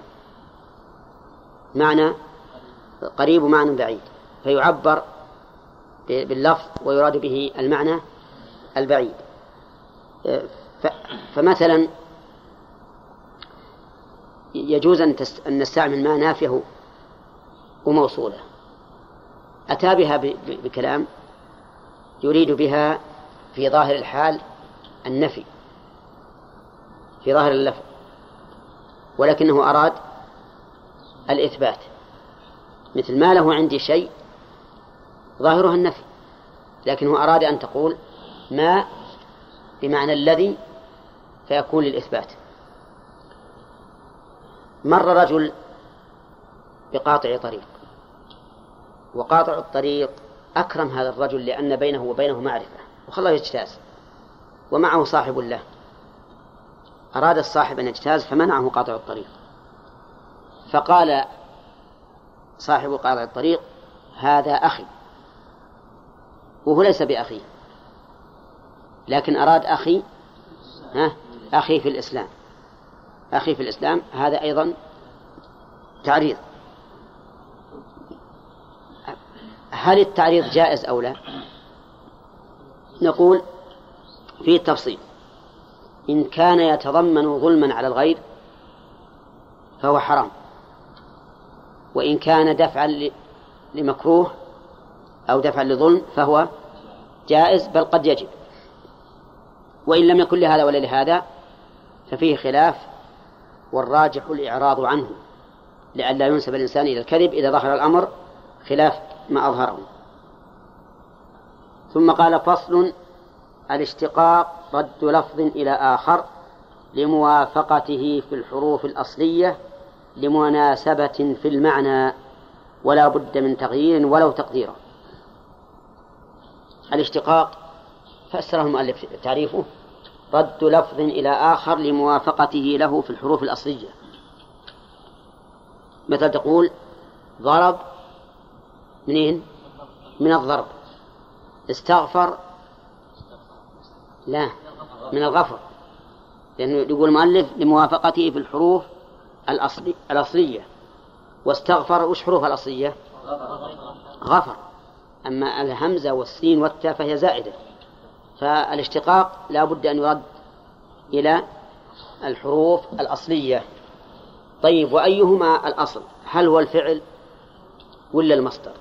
Speaker 3: معنى قريب ومعنى بعيد، فيعبر باللفظ ويراد به المعنى البعيد. فمثلا يجوز أن نستعمل ما نافيه وموصوله، أتى بها بكلام يريد بها في ظاهر الحال النفي في ظاهر اللفظ، ولكنه أراد الإثبات، مثل ما له عندي شيء ظاهرها النفي، لكنه أراد أن تقول ما بمعنى الذي فيكون للإثبات. مر رجل بقاطع طريق، وقاطع الطريق أكرم هذا الرجل لأن بينه وبينه معرفة وخلاه يجتاز، ومعه صاحب له، أراد الصاحب أن يجتاز فمنعه قاطع الطريق، فقال صاحب قاطع الطريق هذا أخي، وهو ليس بأخي، لكن أراد أخي ها أخي في الإسلام، أخي في الإسلام، هذا أيضا تعريض. هل التعريض جائز أو لا؟ نقول فيه التفصيل. إن كان يتضمن ظلما على الغير فهو حرام، وإن كان دفعا لمكروه أو دفعا لظلم فهو جائز، بل قد يجب. وإن لم يكن لهذا ولا لهذا ففيه خلاف، والراجح الإعراض عنه لئلا ينسب الإنسان إلى الكذب إذا ظهر الأمر خلاف ما أظهره. ثم قال فصل الاشتقاق رد لفظ إلى آخر لموافقته في الحروف الأصلية لمناسبة في المعنى ولا بد من تغيير ولو تقديرا. الاشتقاق فسره المؤلف تعريفه رد لفظ إلى آخر لموافقته له في الحروف الأصلية. مثل تقول ضرب منين؟ من الضرب. استغفر لا من الغفر، لأنه يقول المؤلف لموافقته في الحروف الأصلي الأصلية. واستغفر وش حروف الأصلية؟ غفر. أما الهمزة والسين والتاء فهي زائدة، فالاشتقاق لا بد أن يرد إلى الحروف الأصلية. طيب وأيهما الأصل؟ هل هو الفعل ولا المصدر؟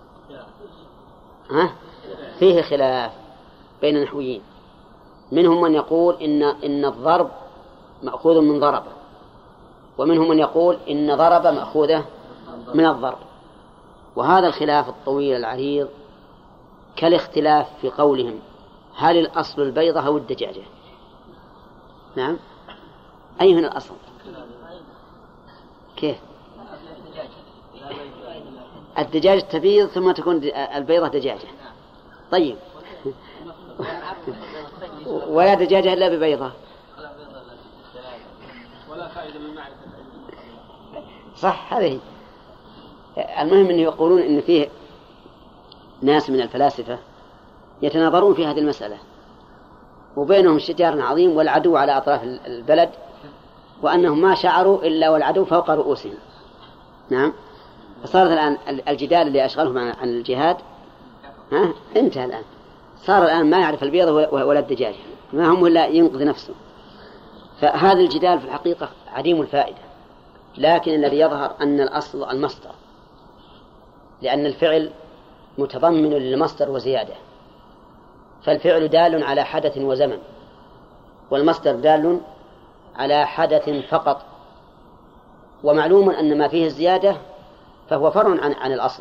Speaker 3: ها؟ فيه خلاف بين النحويين، منهم من يقول إن إن الضرب مأخوذ من ضرب، ومنهم من يقول إن ضرب مأخوذة من الضرب. وهذا الخلاف الطويل العريض كالاختلاف في قولهم هل الأصل البيضة أو الدجاجة؟ نعم، أي من الأصل؟ كيف؟ الدجاجة تبيض ثم تكون البيضة دجاجة. طيب ولا دجاجة إلا ببيضة. صح، هذه المهم أن يقولون أن فيه ناس من الفلاسفة يتناظرون في هذه المسألة وبينهم شجار عظيم والعدو على أطراف البلد، وأنهم ما شعروا إلا والعدو فوق رؤوسهم. نعم، فصارت الآن الجدال اللي أشغلهم عن الجهاد ها انتهى الآن. صار الآن ما يعرف البيضة ولا الدجاج، ما هم إلا ينقذ نفسه. فهذا الجدال في الحقيقة عديم الفائدة، لكن الذي يظهر أن الأصل المصدر، لأن الفعل متضمن للمصدر وزيادة، فالفعل دال على حدث وزمن، والمصدر دال على حدث فقط. ومعلوم أن ما فيه الزيادة فهو فرع عن, عن الأصل.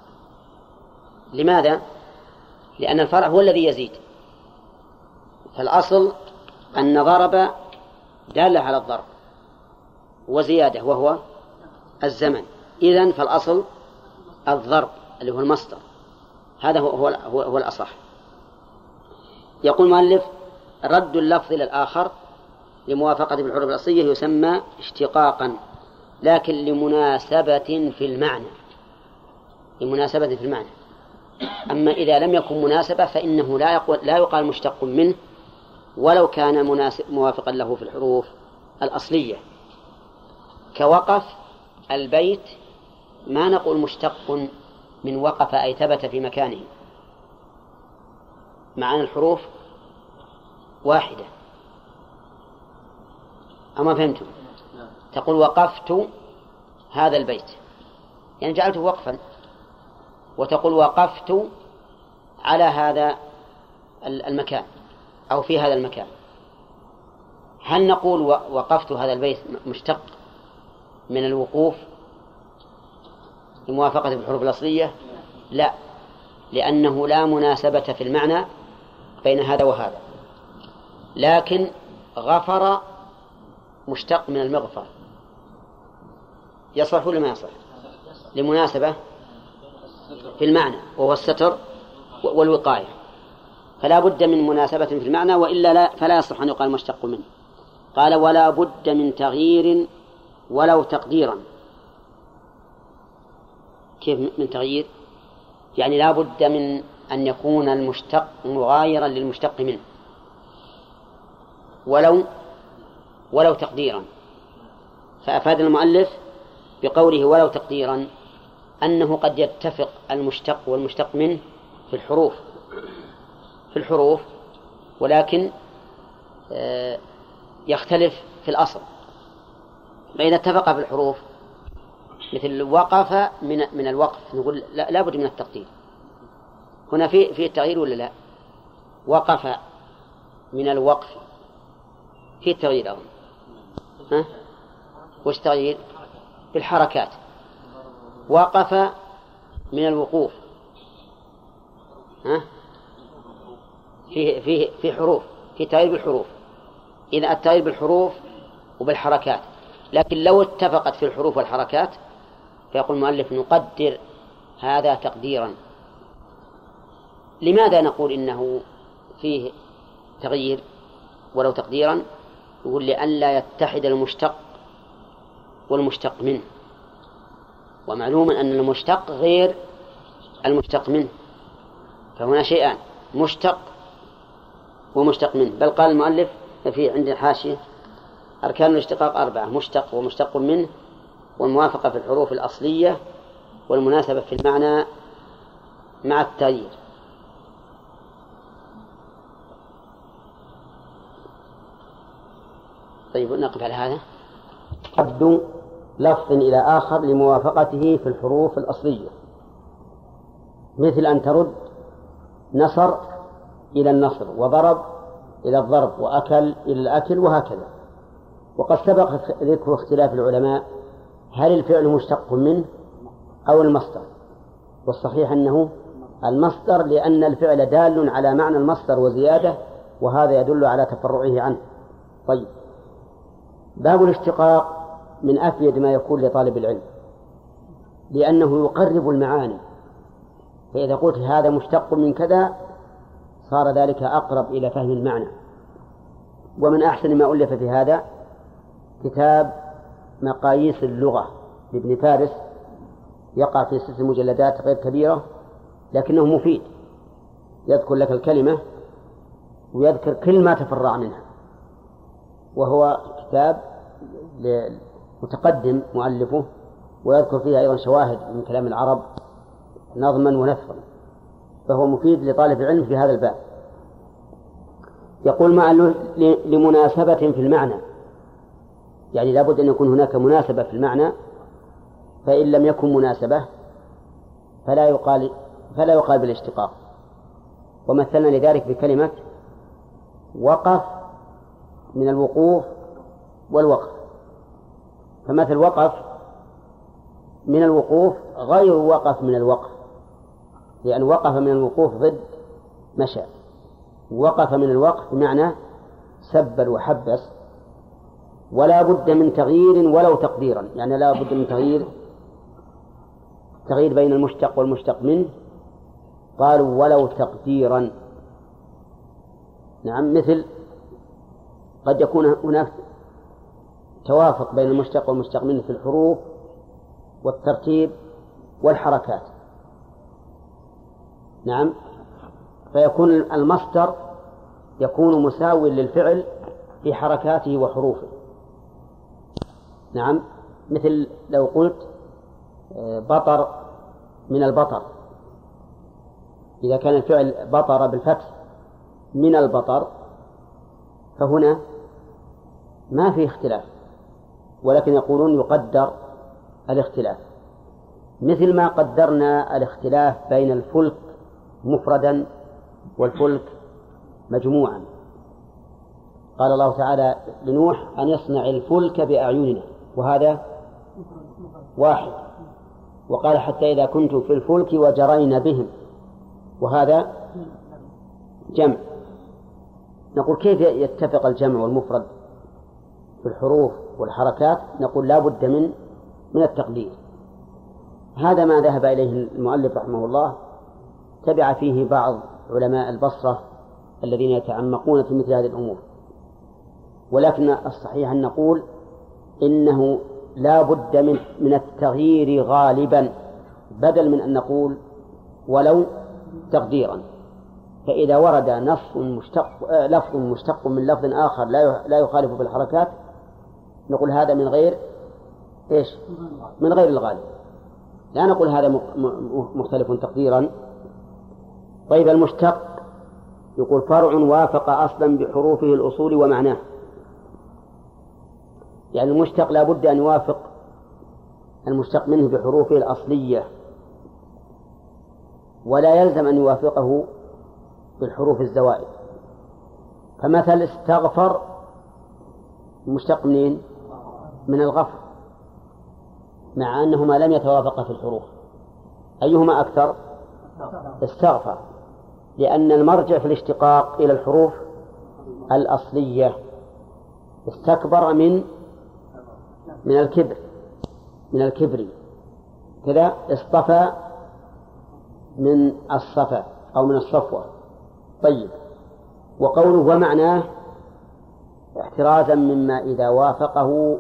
Speaker 3: لماذا؟ لأن الفرع هو الذي يزيد، فالأصل أن ضرب دالة على الضرب وزيادة وهو الزمن، إذن فالأصل الضرب اللي هو المصدر، هذا هو, هو, هو, هو الأصح. يقول المؤلف رد اللفظ إلى الآخر لموافقة بالحروف الأصلية يسمى اشتقاقا، لكن لمناسبة في المعنى، لمناسبة في المعنى. أما إذا لم يكن مناسبة فإنه لا يقول لا يقال مشتق منه ولو كان مناسب موافقا له في الحروف الأصلية. كوقف البيت ما نقول مشتق من وقف أي ثبت في مكانه، مع أن الحروف واحدة. أما فهمتم؟ تقول وقفت هذا البيت يعني جعلته وقفا، وتقول وقفت على هذا المكان أو في هذا المكان. هل نقول وقفت هذا البيت مشتق من الوقوف بموافقة بالحروف الأصلية؟ لا، لأنه لا مناسبة في المعنى بين هذا وهذا. لكن غفر مشتق من المغفر، يصح ولا ما يصح؟ لمناسبة في المعنى وهو الستر والوقاية، فلا بد من مناسبة في المعنى، وإلا لا فلا يصح أن يقال مشتق منه. قال ولا بد من تغيير ولو تقديرا. كيف من تغيير؟ يعني لا بد من أن يكون المشتق مغايرا للمشتق منه ولو ولو تقديرا. فأفاد المؤلف بقوله ولو تقديرا أنه قد يتفق المشتق والمشتق منه في الحروف في الحروف ولكن يختلف في الأصل. فإذا اتفق في الحروف مثل وقف من من الوقف نقول لا, لا بد من التقدير. هنا في في التغيير ولا لا؟ وقف من الوقف في التغيير أو ها؟ وش تغيير؟ بالحركات. وقف من الوقوف ها؟ في في في حروف، في تغيير بالحروف. إذا التغيير بالحروف وبالحركات، لكن لو اتفقت في الحروف والحركات فيقول المؤلف نقدر هذا تقديرا. لماذا نقول إنه فيه تغيير ولو تقديرا؟ يقول لئلا يتحد المشتق والمشتق منه، ومعلوم أن المشتق غير المشتق منه، فهنا شيئان مشتق ومشتق منه. بل قال المؤلف في عند الحاشية أركان الاشتقاق أربعة: مشتق ومشتق منه والموافقة في الحروف الأصلية والمناسبة في المعنى مع التغيير. طيب نقف على هذا. رد لفظ إلى آخر لموافقته في الحروف الأصلية، مثل أن ترد نصر إلى النصر، وضرب إلى الضرب، وأكل إلى الأكل، وهكذا. وقد سبق ذكر اختلاف العلماء هل الفعل مشتق منه أو المصدر، والصحيح أنه المصدر لأن الفعل دال على معنى المصدر وزيادة، وهذا يدل على تفرعه عنه. طيب، باب الاشتقاق من أفيد ما يكون لطالب العلم، لأنه يقرب المعاني، فإذا قلت هذا مشتق من كذا صار ذلك أقرب إلى فهم المعنى. ومن أحسن ما ألف في هذا كتاب مقاييس اللغة لابن فارس، يقع في ست مجلدات غير كبيرة لكنه مفيد، يذكر لك الكلمة ويذكر كل ما تفرع منها، وهو كتاب متقدم مؤلفه، ويذكر فيه أيضا شواهد من كلام العرب نظما ونثرا، فهو مفيد لطالب العلم في هذا الباب. يقول مع لمناسبة في المعنى، يعني لابد أن يكون هناك مناسبة في المعنى، فإن لم يكن مناسبة فلا يقال فلا يقال بالاشتقاق. ومثلنا لذلك بكلمة وقف من الوقوف والوقف، فمثل وقف من الوقوف غير وقف من الوقف، لأن وقف من الوقوف ضد مشى، وقف من الوقف بمعنى سبل وحبس، ولا بد من تغيير ولو تقديرا، يعني لا بد من تغيير تغيير بين المشتق والمشتق منه، قالوا ولو تقديرا. نعم، مثل قد يكون هناك توافق بين المشتق والمشتق منه في الحروف والترتيب والحركات، نعم، فيكون المصدر يكون مساوي للفعل في حركاته وحروفه. نعم، مثل لو قلت بطر من البطر، إذا كان الفعل بطر بالفتح من البطر فهنا ما في اختلاف، ولكن يقولون يقدر الاختلاف، مثل ما قدرنا الاختلاف بين الفلك مفردا والفلك مجموعا. قال الله تعالى لنوح أن يصنع الفلك بأعيننا، وهذا واحد، وقال حتى إذا كنت في الفلك وجرين بهم، وهذا جمع. نقول كيف يتفق الجمع والمفرد في الحروف والحركات؟ نقول لا بد من من التقدير. هذا ما ذهب إليه المؤلف رحمه الله، تبع فيه بعض علماء البصرة الذين يتعمقون في مثل هذه الأمور، ولكن الصحيح أن نقول إنه لا بد من من التغيير غالبا، بدل من أن نقول ولو تقديرا. فإذا ورد نص مشتق لفظ مشتق من لفظ آخر لا يخالف بالحركات نقول هذا من غير إيش؟ من غير الغالب، لا نقول هذا مختلف تقديرا. طيب، المشتق يقول فرع وافق أصلا بحروفه الأصول ومعناه، يعني المشتق لا بد أن يوافق المشتق منه بحروفه الأصلية، ولا يلزم أن يوافقه بالحروف الزوائد. فمثل استغفر مشتق منين؟ من الغفر، مع أنهما لم يتوافقا في الحروف، أيهما أكثر؟ استغفر، لأن المرجع في الاشتقاق إلى الحروف الأصلية. استكبر من من الكبر من الكبر كذا. اصطفى من الصفا أو من الصفوة. طيب، وقوله ومعناه احترازا مما إذا وافقه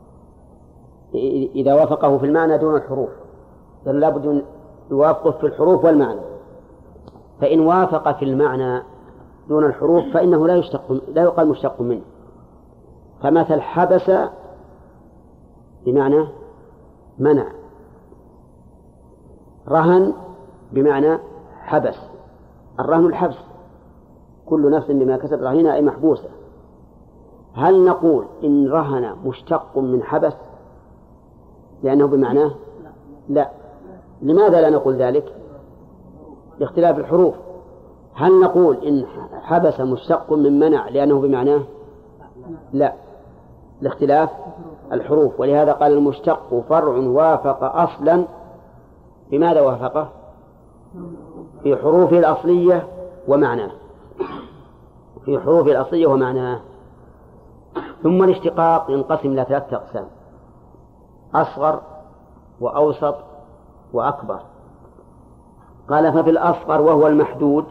Speaker 3: إذا وافقه في المعنى دون الحروف، لأن لا بد أن يوافقه في الحروف والمعنى، فإن وافق في المعنى دون الحروف فإنه لا يشتق لا يقال مشتق منه. فمثل حبس بمعنى منع، رهن بمعنى حبس، الرهن الحبس، كل نفس بما كسب رهينة أي محبوسة. هل نقول إن رهن مشتق من حبس لأنه بمعناه؟ لا. لماذا لا نقول ذلك؟ لاختلاف الحروف. هل نقول إن حبس مشتق من منع لأنه بمعناه؟ لا، لاختلاف الحروف. ولهذا قال المشتق فرع وافق أصلا بماذا وافقه؟ في حروفه الأصلية ومعناه، في حروفه الأصلية ومعناه. ثم الاشتقاق ينقسم إلى ثلاثة أقسام: أصغر وأوسط وأكبر. قال: ففي الأصغر وهو المحدود.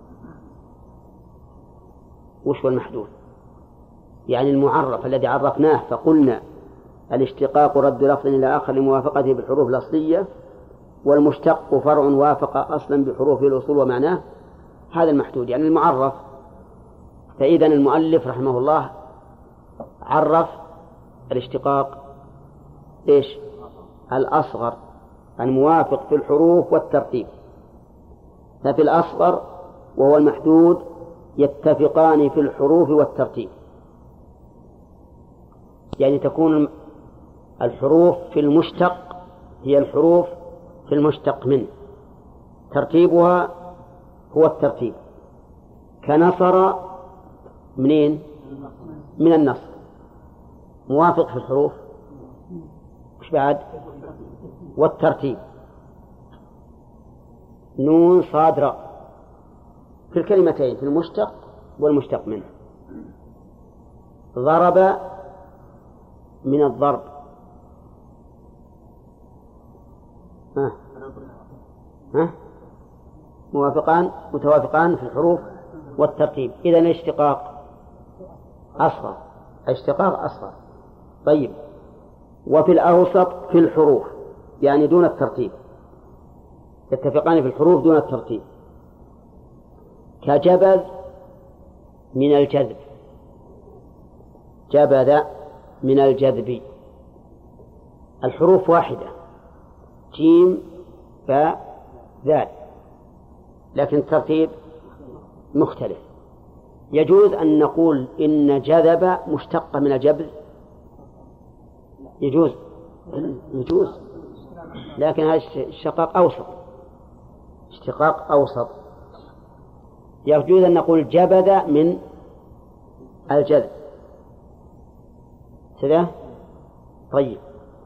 Speaker 3: وش هو المحدود؟ يعني المعرف الذي عرفناه فقلنا الاشتقاق رد لفظ إلى آخر لموافقته بالحروف الأصلية، والمشتق فرع وافق أصلا بحروف الأصول ومعناه. هذا المحدود يعني المعرف. فإذا المؤلف رحمه الله عرف الاشتقاق إيش؟ الأصغر الموافق في الحروف والترتيب. ففي الأصغر وهو المحدود يتفقان في الحروف والترتيب، يعني تكون الحروف في المشتق هي الحروف في المشتق منه، ترتيبها هو الترتيب. كنصر منين؟ من النصر، موافق في الحروف مش بعد والترتيب. نون صاد راء في الكلمتين في المشتق والمشتق منه. ضرب من الضرب. ها ها موافقان متوافقان في الحروف والترتيب. إذا الاشتقاق أصغر، اشتقاق أصغر. طيب، وفي الأوسط في الحروف يعني دون الترتيب، يتفقان في الحروف دون الترتيب. كجبذ من الجذب، جبذ من الجذب، الحروف واحدة، جيم فاء ذال، لكن الترتيب مختلف. يجوز أن نقول إن جذب مشتقة من الجبذ، يجوز يجوز لكن هذا الشقاق أوسط، اشتقاق أوسط. يجوز أن نقول جبذ من الجذب كذا. طيب،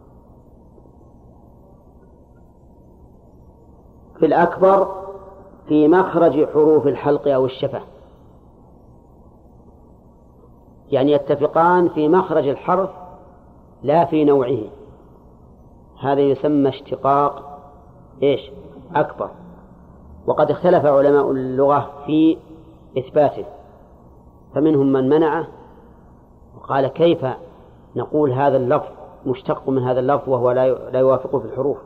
Speaker 3: في الأكبر في مخرج حروف الحلق أو الشفة، يعني يتفقان في مخرج الحرف لا في نوعه. هذا يسمى اشتقاق إيش؟ أكبر. وقد اختلف علماء اللغة في إثباته، فمنهم من منعه وقال كيف نقول هذا اللفظ مشتق من هذا اللفظ وهو لا يوافقه في الحروف.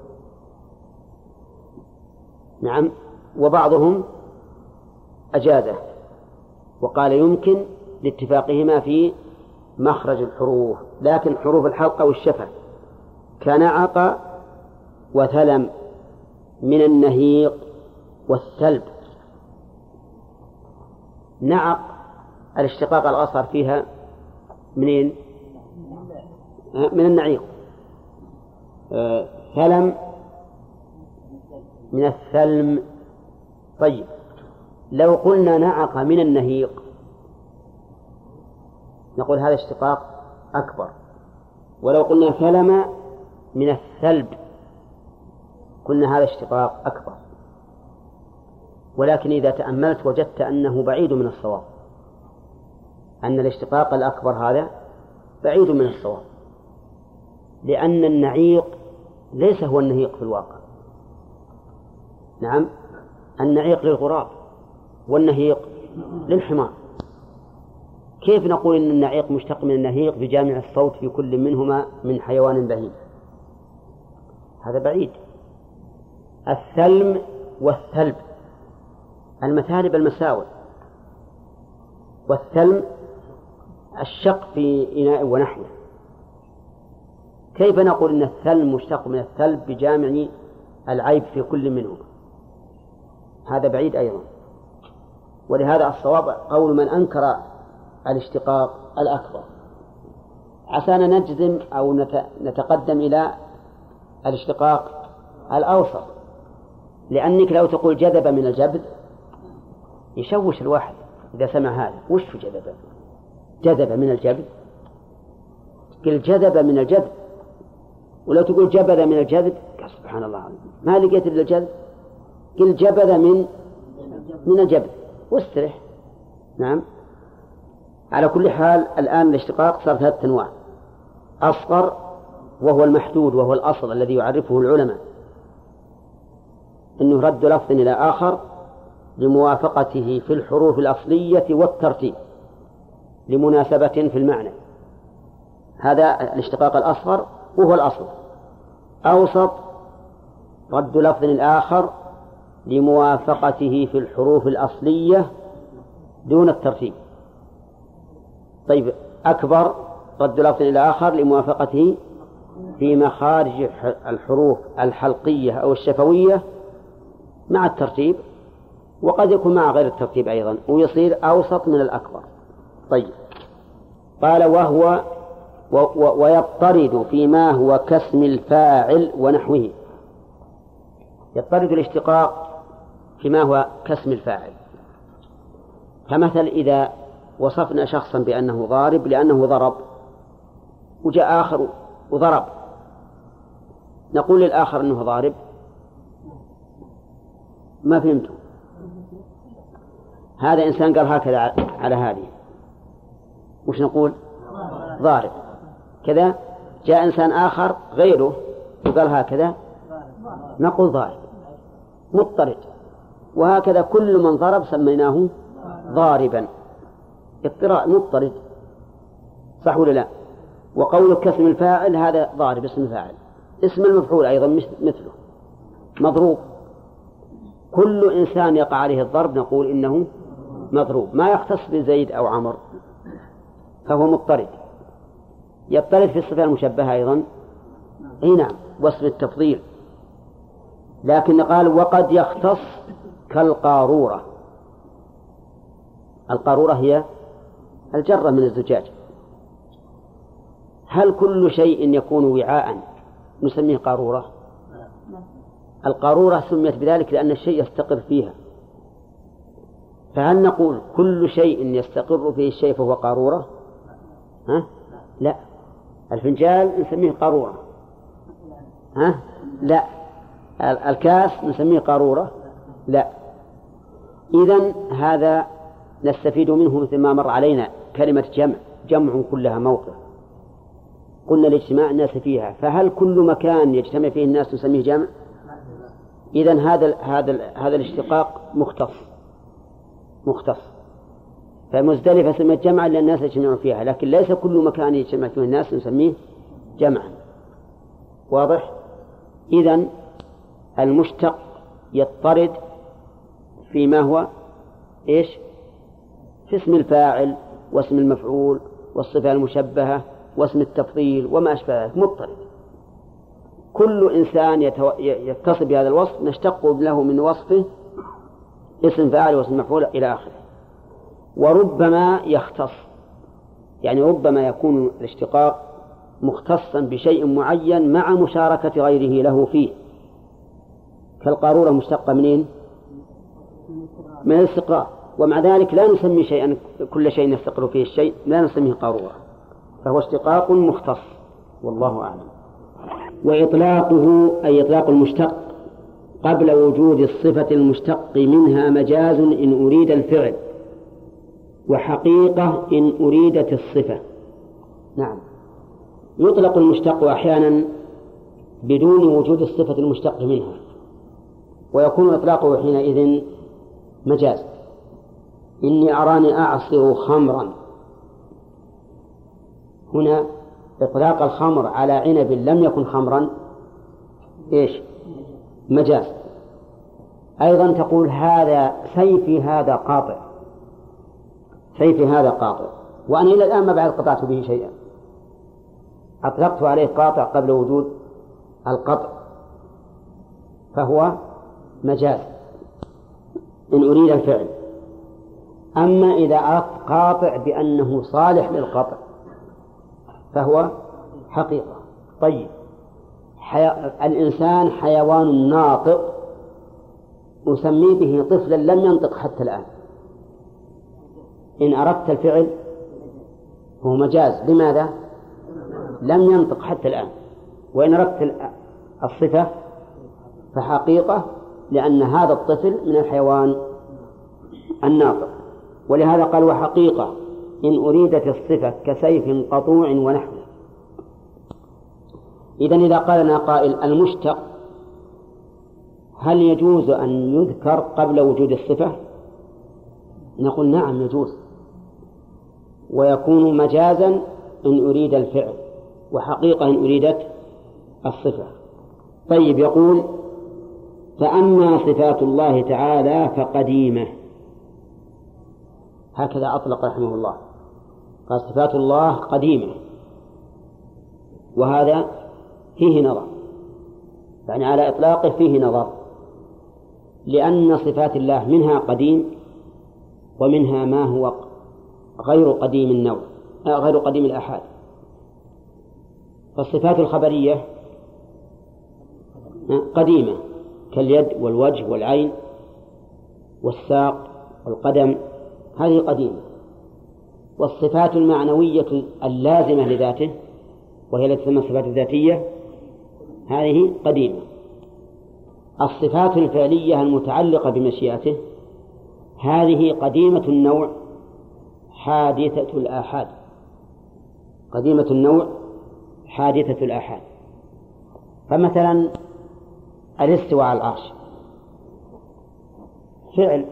Speaker 3: نعم. وبعضهم أجازه وقال يمكن لاتفاقهما في مخرج الحروف، لكن حروف الحلق أو الشفة كنعق وثلم من النهيق والثلب. نعق الاشتقاق الأصغر فيها منين؟ من النعيق. آه ثلم من الثلم. طيب، لو قلنا نعق من النهيق نقول هذا اشتقاق أكبر، ولو قلنا ثلم من الثلب قلنا هذا اشتقاق أكبر. ولكن إذا تأملت وجدت أنه بعيد من الصواب، أن الاشتقاق الأكبر هذا بعيد من الصواب، لأن النعيق ليس هو النهيق في الواقع. نعم، النعيق للغراب والنهيق للحمار. كيف نقول إن النعيق مشتق من النهيق بجامع الصوت في كل منهما من حيوان بهيم؟ هذا بعيد. الثلم والثلب المثالب المساوئ، والثلم الشق في إناء ونحوه. كيف نقول إن الثلم مشتق من الثلب بجامع العيب في كل منهما؟ هذا بعيد أيضا. ولهذا الصواب قول من أنكر الاشتقاق الأكبر. عسانا نجزم أو نتقدم إلى الاشتقاق الأوسط، لأنك لو تقول جذب من الجبذ يشوش الواحد إذا سمع هذا. وش جذب؟ جذب من الجبذ؟ قل جذب من الجذب، ولا تقول جبذ من الجذب، سبحان الله ما لقيت إلا الجذب، قل جبذ من من الجبذ واسترح. نعم. على كل حال الآن الاشتقاق صار ثلاثة أنواع: أصغر وهو المحدود وهو الأصل الذي يعرفه العلماء، إنه رد لفظ إلى آخر لموافقته في الحروف الأصلية والترتيب لمناسبة في المعنى، هذا الاشتقاق الأصغر وهو الأصل. أوسط رد لفظ الآخر لموافقته في الحروف الأصلية دون الترتيب. طيب أكبر رد لفظ إلى آخر لموافقته في مخارج الحروف الحلقية أو الشفوية مع الترتيب، وقد يكون مع غير الترتيب أيضا، ويصير أوسط من الأكبر. طيب قال وهو و و ويضطرد فيما هو كاسم الفاعل ونحوه. يضطرد الاشتقاق فيما هو كاسم الفاعل، فمثل إذا وصفنا شخصا بأنه ضارب لأنه ضرب، وجاء آخر وضرب، نقول للآخر أنه ضارب؟ ما فهمتم؟ هذا إنسان قال هكذا على هذه، وش نقول؟ ضارب. كذا جاء إنسان آخر غيره وقال هكذا، نقول ضارب. مضطرد. وهكذا كل من ضرب سميناه ضاربا. اضطراء مضطرد، صح ولا لا؟ وقولك كاسم الفاعل هذا ضارب اسم الفاعل. اسم المفعول أيضا مثله مضروب. كل إنسان يقع عليه الضرب نقول إنه مضروب، ما يختص بزيد أو عمر، فهو مضطرد. يضطرد في الصفة المشبهة أيضا، أي نعم، وصف التفضيل. لكن قال وقد يختص كالقارورة. القارورة هي الجرة من الزجاج. هل كل شيء يكون وعاء نسميه قارورة؟ القارورة سميت بذلك لأن الشيء يستقر فيها. فهل نقول كل شيء يستقر فيه الشيء فهو قارورة؟ ها؟ لا. الفنجال نسميه قارورة. ها؟ لا. الكاس نسميه قارورة؟ لا. إذن هذا نستفيد منه مثل ما مر علينا كلمة جمع، جمع كلها موقف، قلنا لاجتماع الناس فيها، فهل كل مكان يجتمع فيه الناس نسميه جمع؟ إذن هذا هذا هذا الاشتقاق مختص مختص فمزدلفة سميت جمعا لأن الناس يجتمعون فيها، لكن ليس كل مكان يجتمع فيه الناس نسميه جمعا. واضح؟ إذن المشتق يضطرد فيما هو إيش؟ في اسم الفاعل واسم المفعول والصفة المشبهة واسم التفضيل وما أشبه ذلك، مضطرد. كل إنسان يتو... يتصل بهذا الوصف نشتق له من وصفه اسم فاعل واسم مفعول إلى آخره. وربما يختص، يعني ربما يكون الاشتقاق مختصا بشيء معين مع مشاركة غيره له فيه، كالقارورة مشتقة منين؟ من الاستقرار، ومع ذلك لا نسمي شيئا كل شيء يستقر فيه الشيء لا نسميه قارورة، فهو اشتقاق مختص والله أعلم. وإطلاقه أي إطلاق المشتق قبل وجود الصفة المشتق منها مجاز إن أريد الفعل، وحقيقة إن أريدت الصفة. نعم، يطلق المشتق أحيانا بدون وجود الصفة المشتق منها، ويكون إطلاقه حينئذ مجاز. إني أراني أعصر خمرا، هنا إطلاق الخمر على عنب لم يكن خمرا إيش؟ مجاز. أيضا تقول هذا سيفي هذا قاطع، سيفي هذا قاطع، وأنا إلى الآن ما بعد قطعت به شيئا، أطلقت عليه قاطع قبل وجود القطع، فهو مجاز إن أريد الفعل. أما إذا أردت قاطع بأنه صالح للقطع فهو حقيقة. طيب، حي... الإنسان حيوان ناطق أسمي به طفلا لم ينطق حتى الآن، إن أردت الفعل هو مجاز. لماذا؟ لم ينطق حتى الآن، وإن أردت الصفة فحقيقة، لأن هذا الطفل من الحيوان الناطق. ولهذا قال وحقيقة إن أريدت الصفة كسيف قطوع ونحوه. إذن إذا قال لنا قائل المشتق هل يجوز أن يذكر قبل وجود الصفة؟ نقول نعم يجوز، ويكون مجازا إن أريد الفعل، وحقيقة إن أريدت الصفة. طيب، يقول فأما صفات الله تعالى فقديمة، هكذا أطلق رحمه الله، قال صفات الله قديمة، وهذا فيه نظر، يعني على إطلاقه فيه نظر، لأن صفات الله منها قديم ومنها ما هو غير قديم النوع، غير قديم الآحاد. فالصفات الخبرية قديمة كاليد والوجه والعين والساق والقدم، هذه قديمة. والصفات المعنوية اللازمة لذاته وهي التي تسمى الصفات الذاتية هذه قديمة. الصفات الفعلية المتعلقة بمشيئته هذه قديمة النوع حادثة الآحاد، قديمة النوع حادثة الآحاد. فمثلا الاستواء على العرش فعل،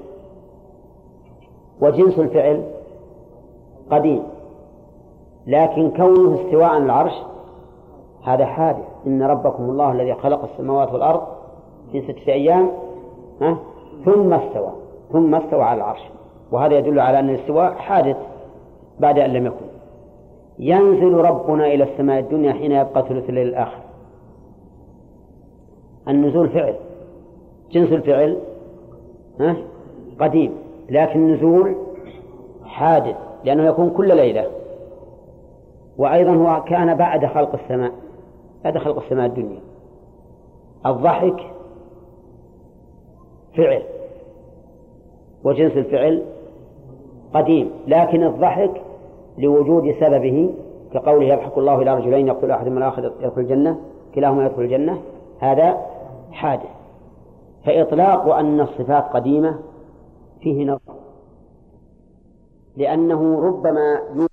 Speaker 3: وجنس الفعل قديم، لكن كونه استواء على العرش هذا حادث. إن ربكم الله الذي خلق السماوات والأرض في ستة أيام ها؟ ثم استوى ثم استوى على العرش، وهذا يدل على أن الاستواء حادث بعد أن لم يكن. ينزل ربنا إلى السماء الدنيا حين يبقى ثلث الليل الآخر، النزول فعل، جنس الفعل ها؟ قديم، لكن النزول حادث لأنه يكون كل ليلة. وأيضا هو كان بعد خلق السماء، بعد خلق السماء الدنيا. الضحك فعل وجنس الفعل قديم، لكن الضحك لوجود سببه، كقوله يضحك الله إلى رجلين يقول أحد من الآخر يدخل الجنة كلاهما يدخل الجنة، هذا حادث. فإطلاق أن الصفات قديمة فيه نظر، لأنه ربما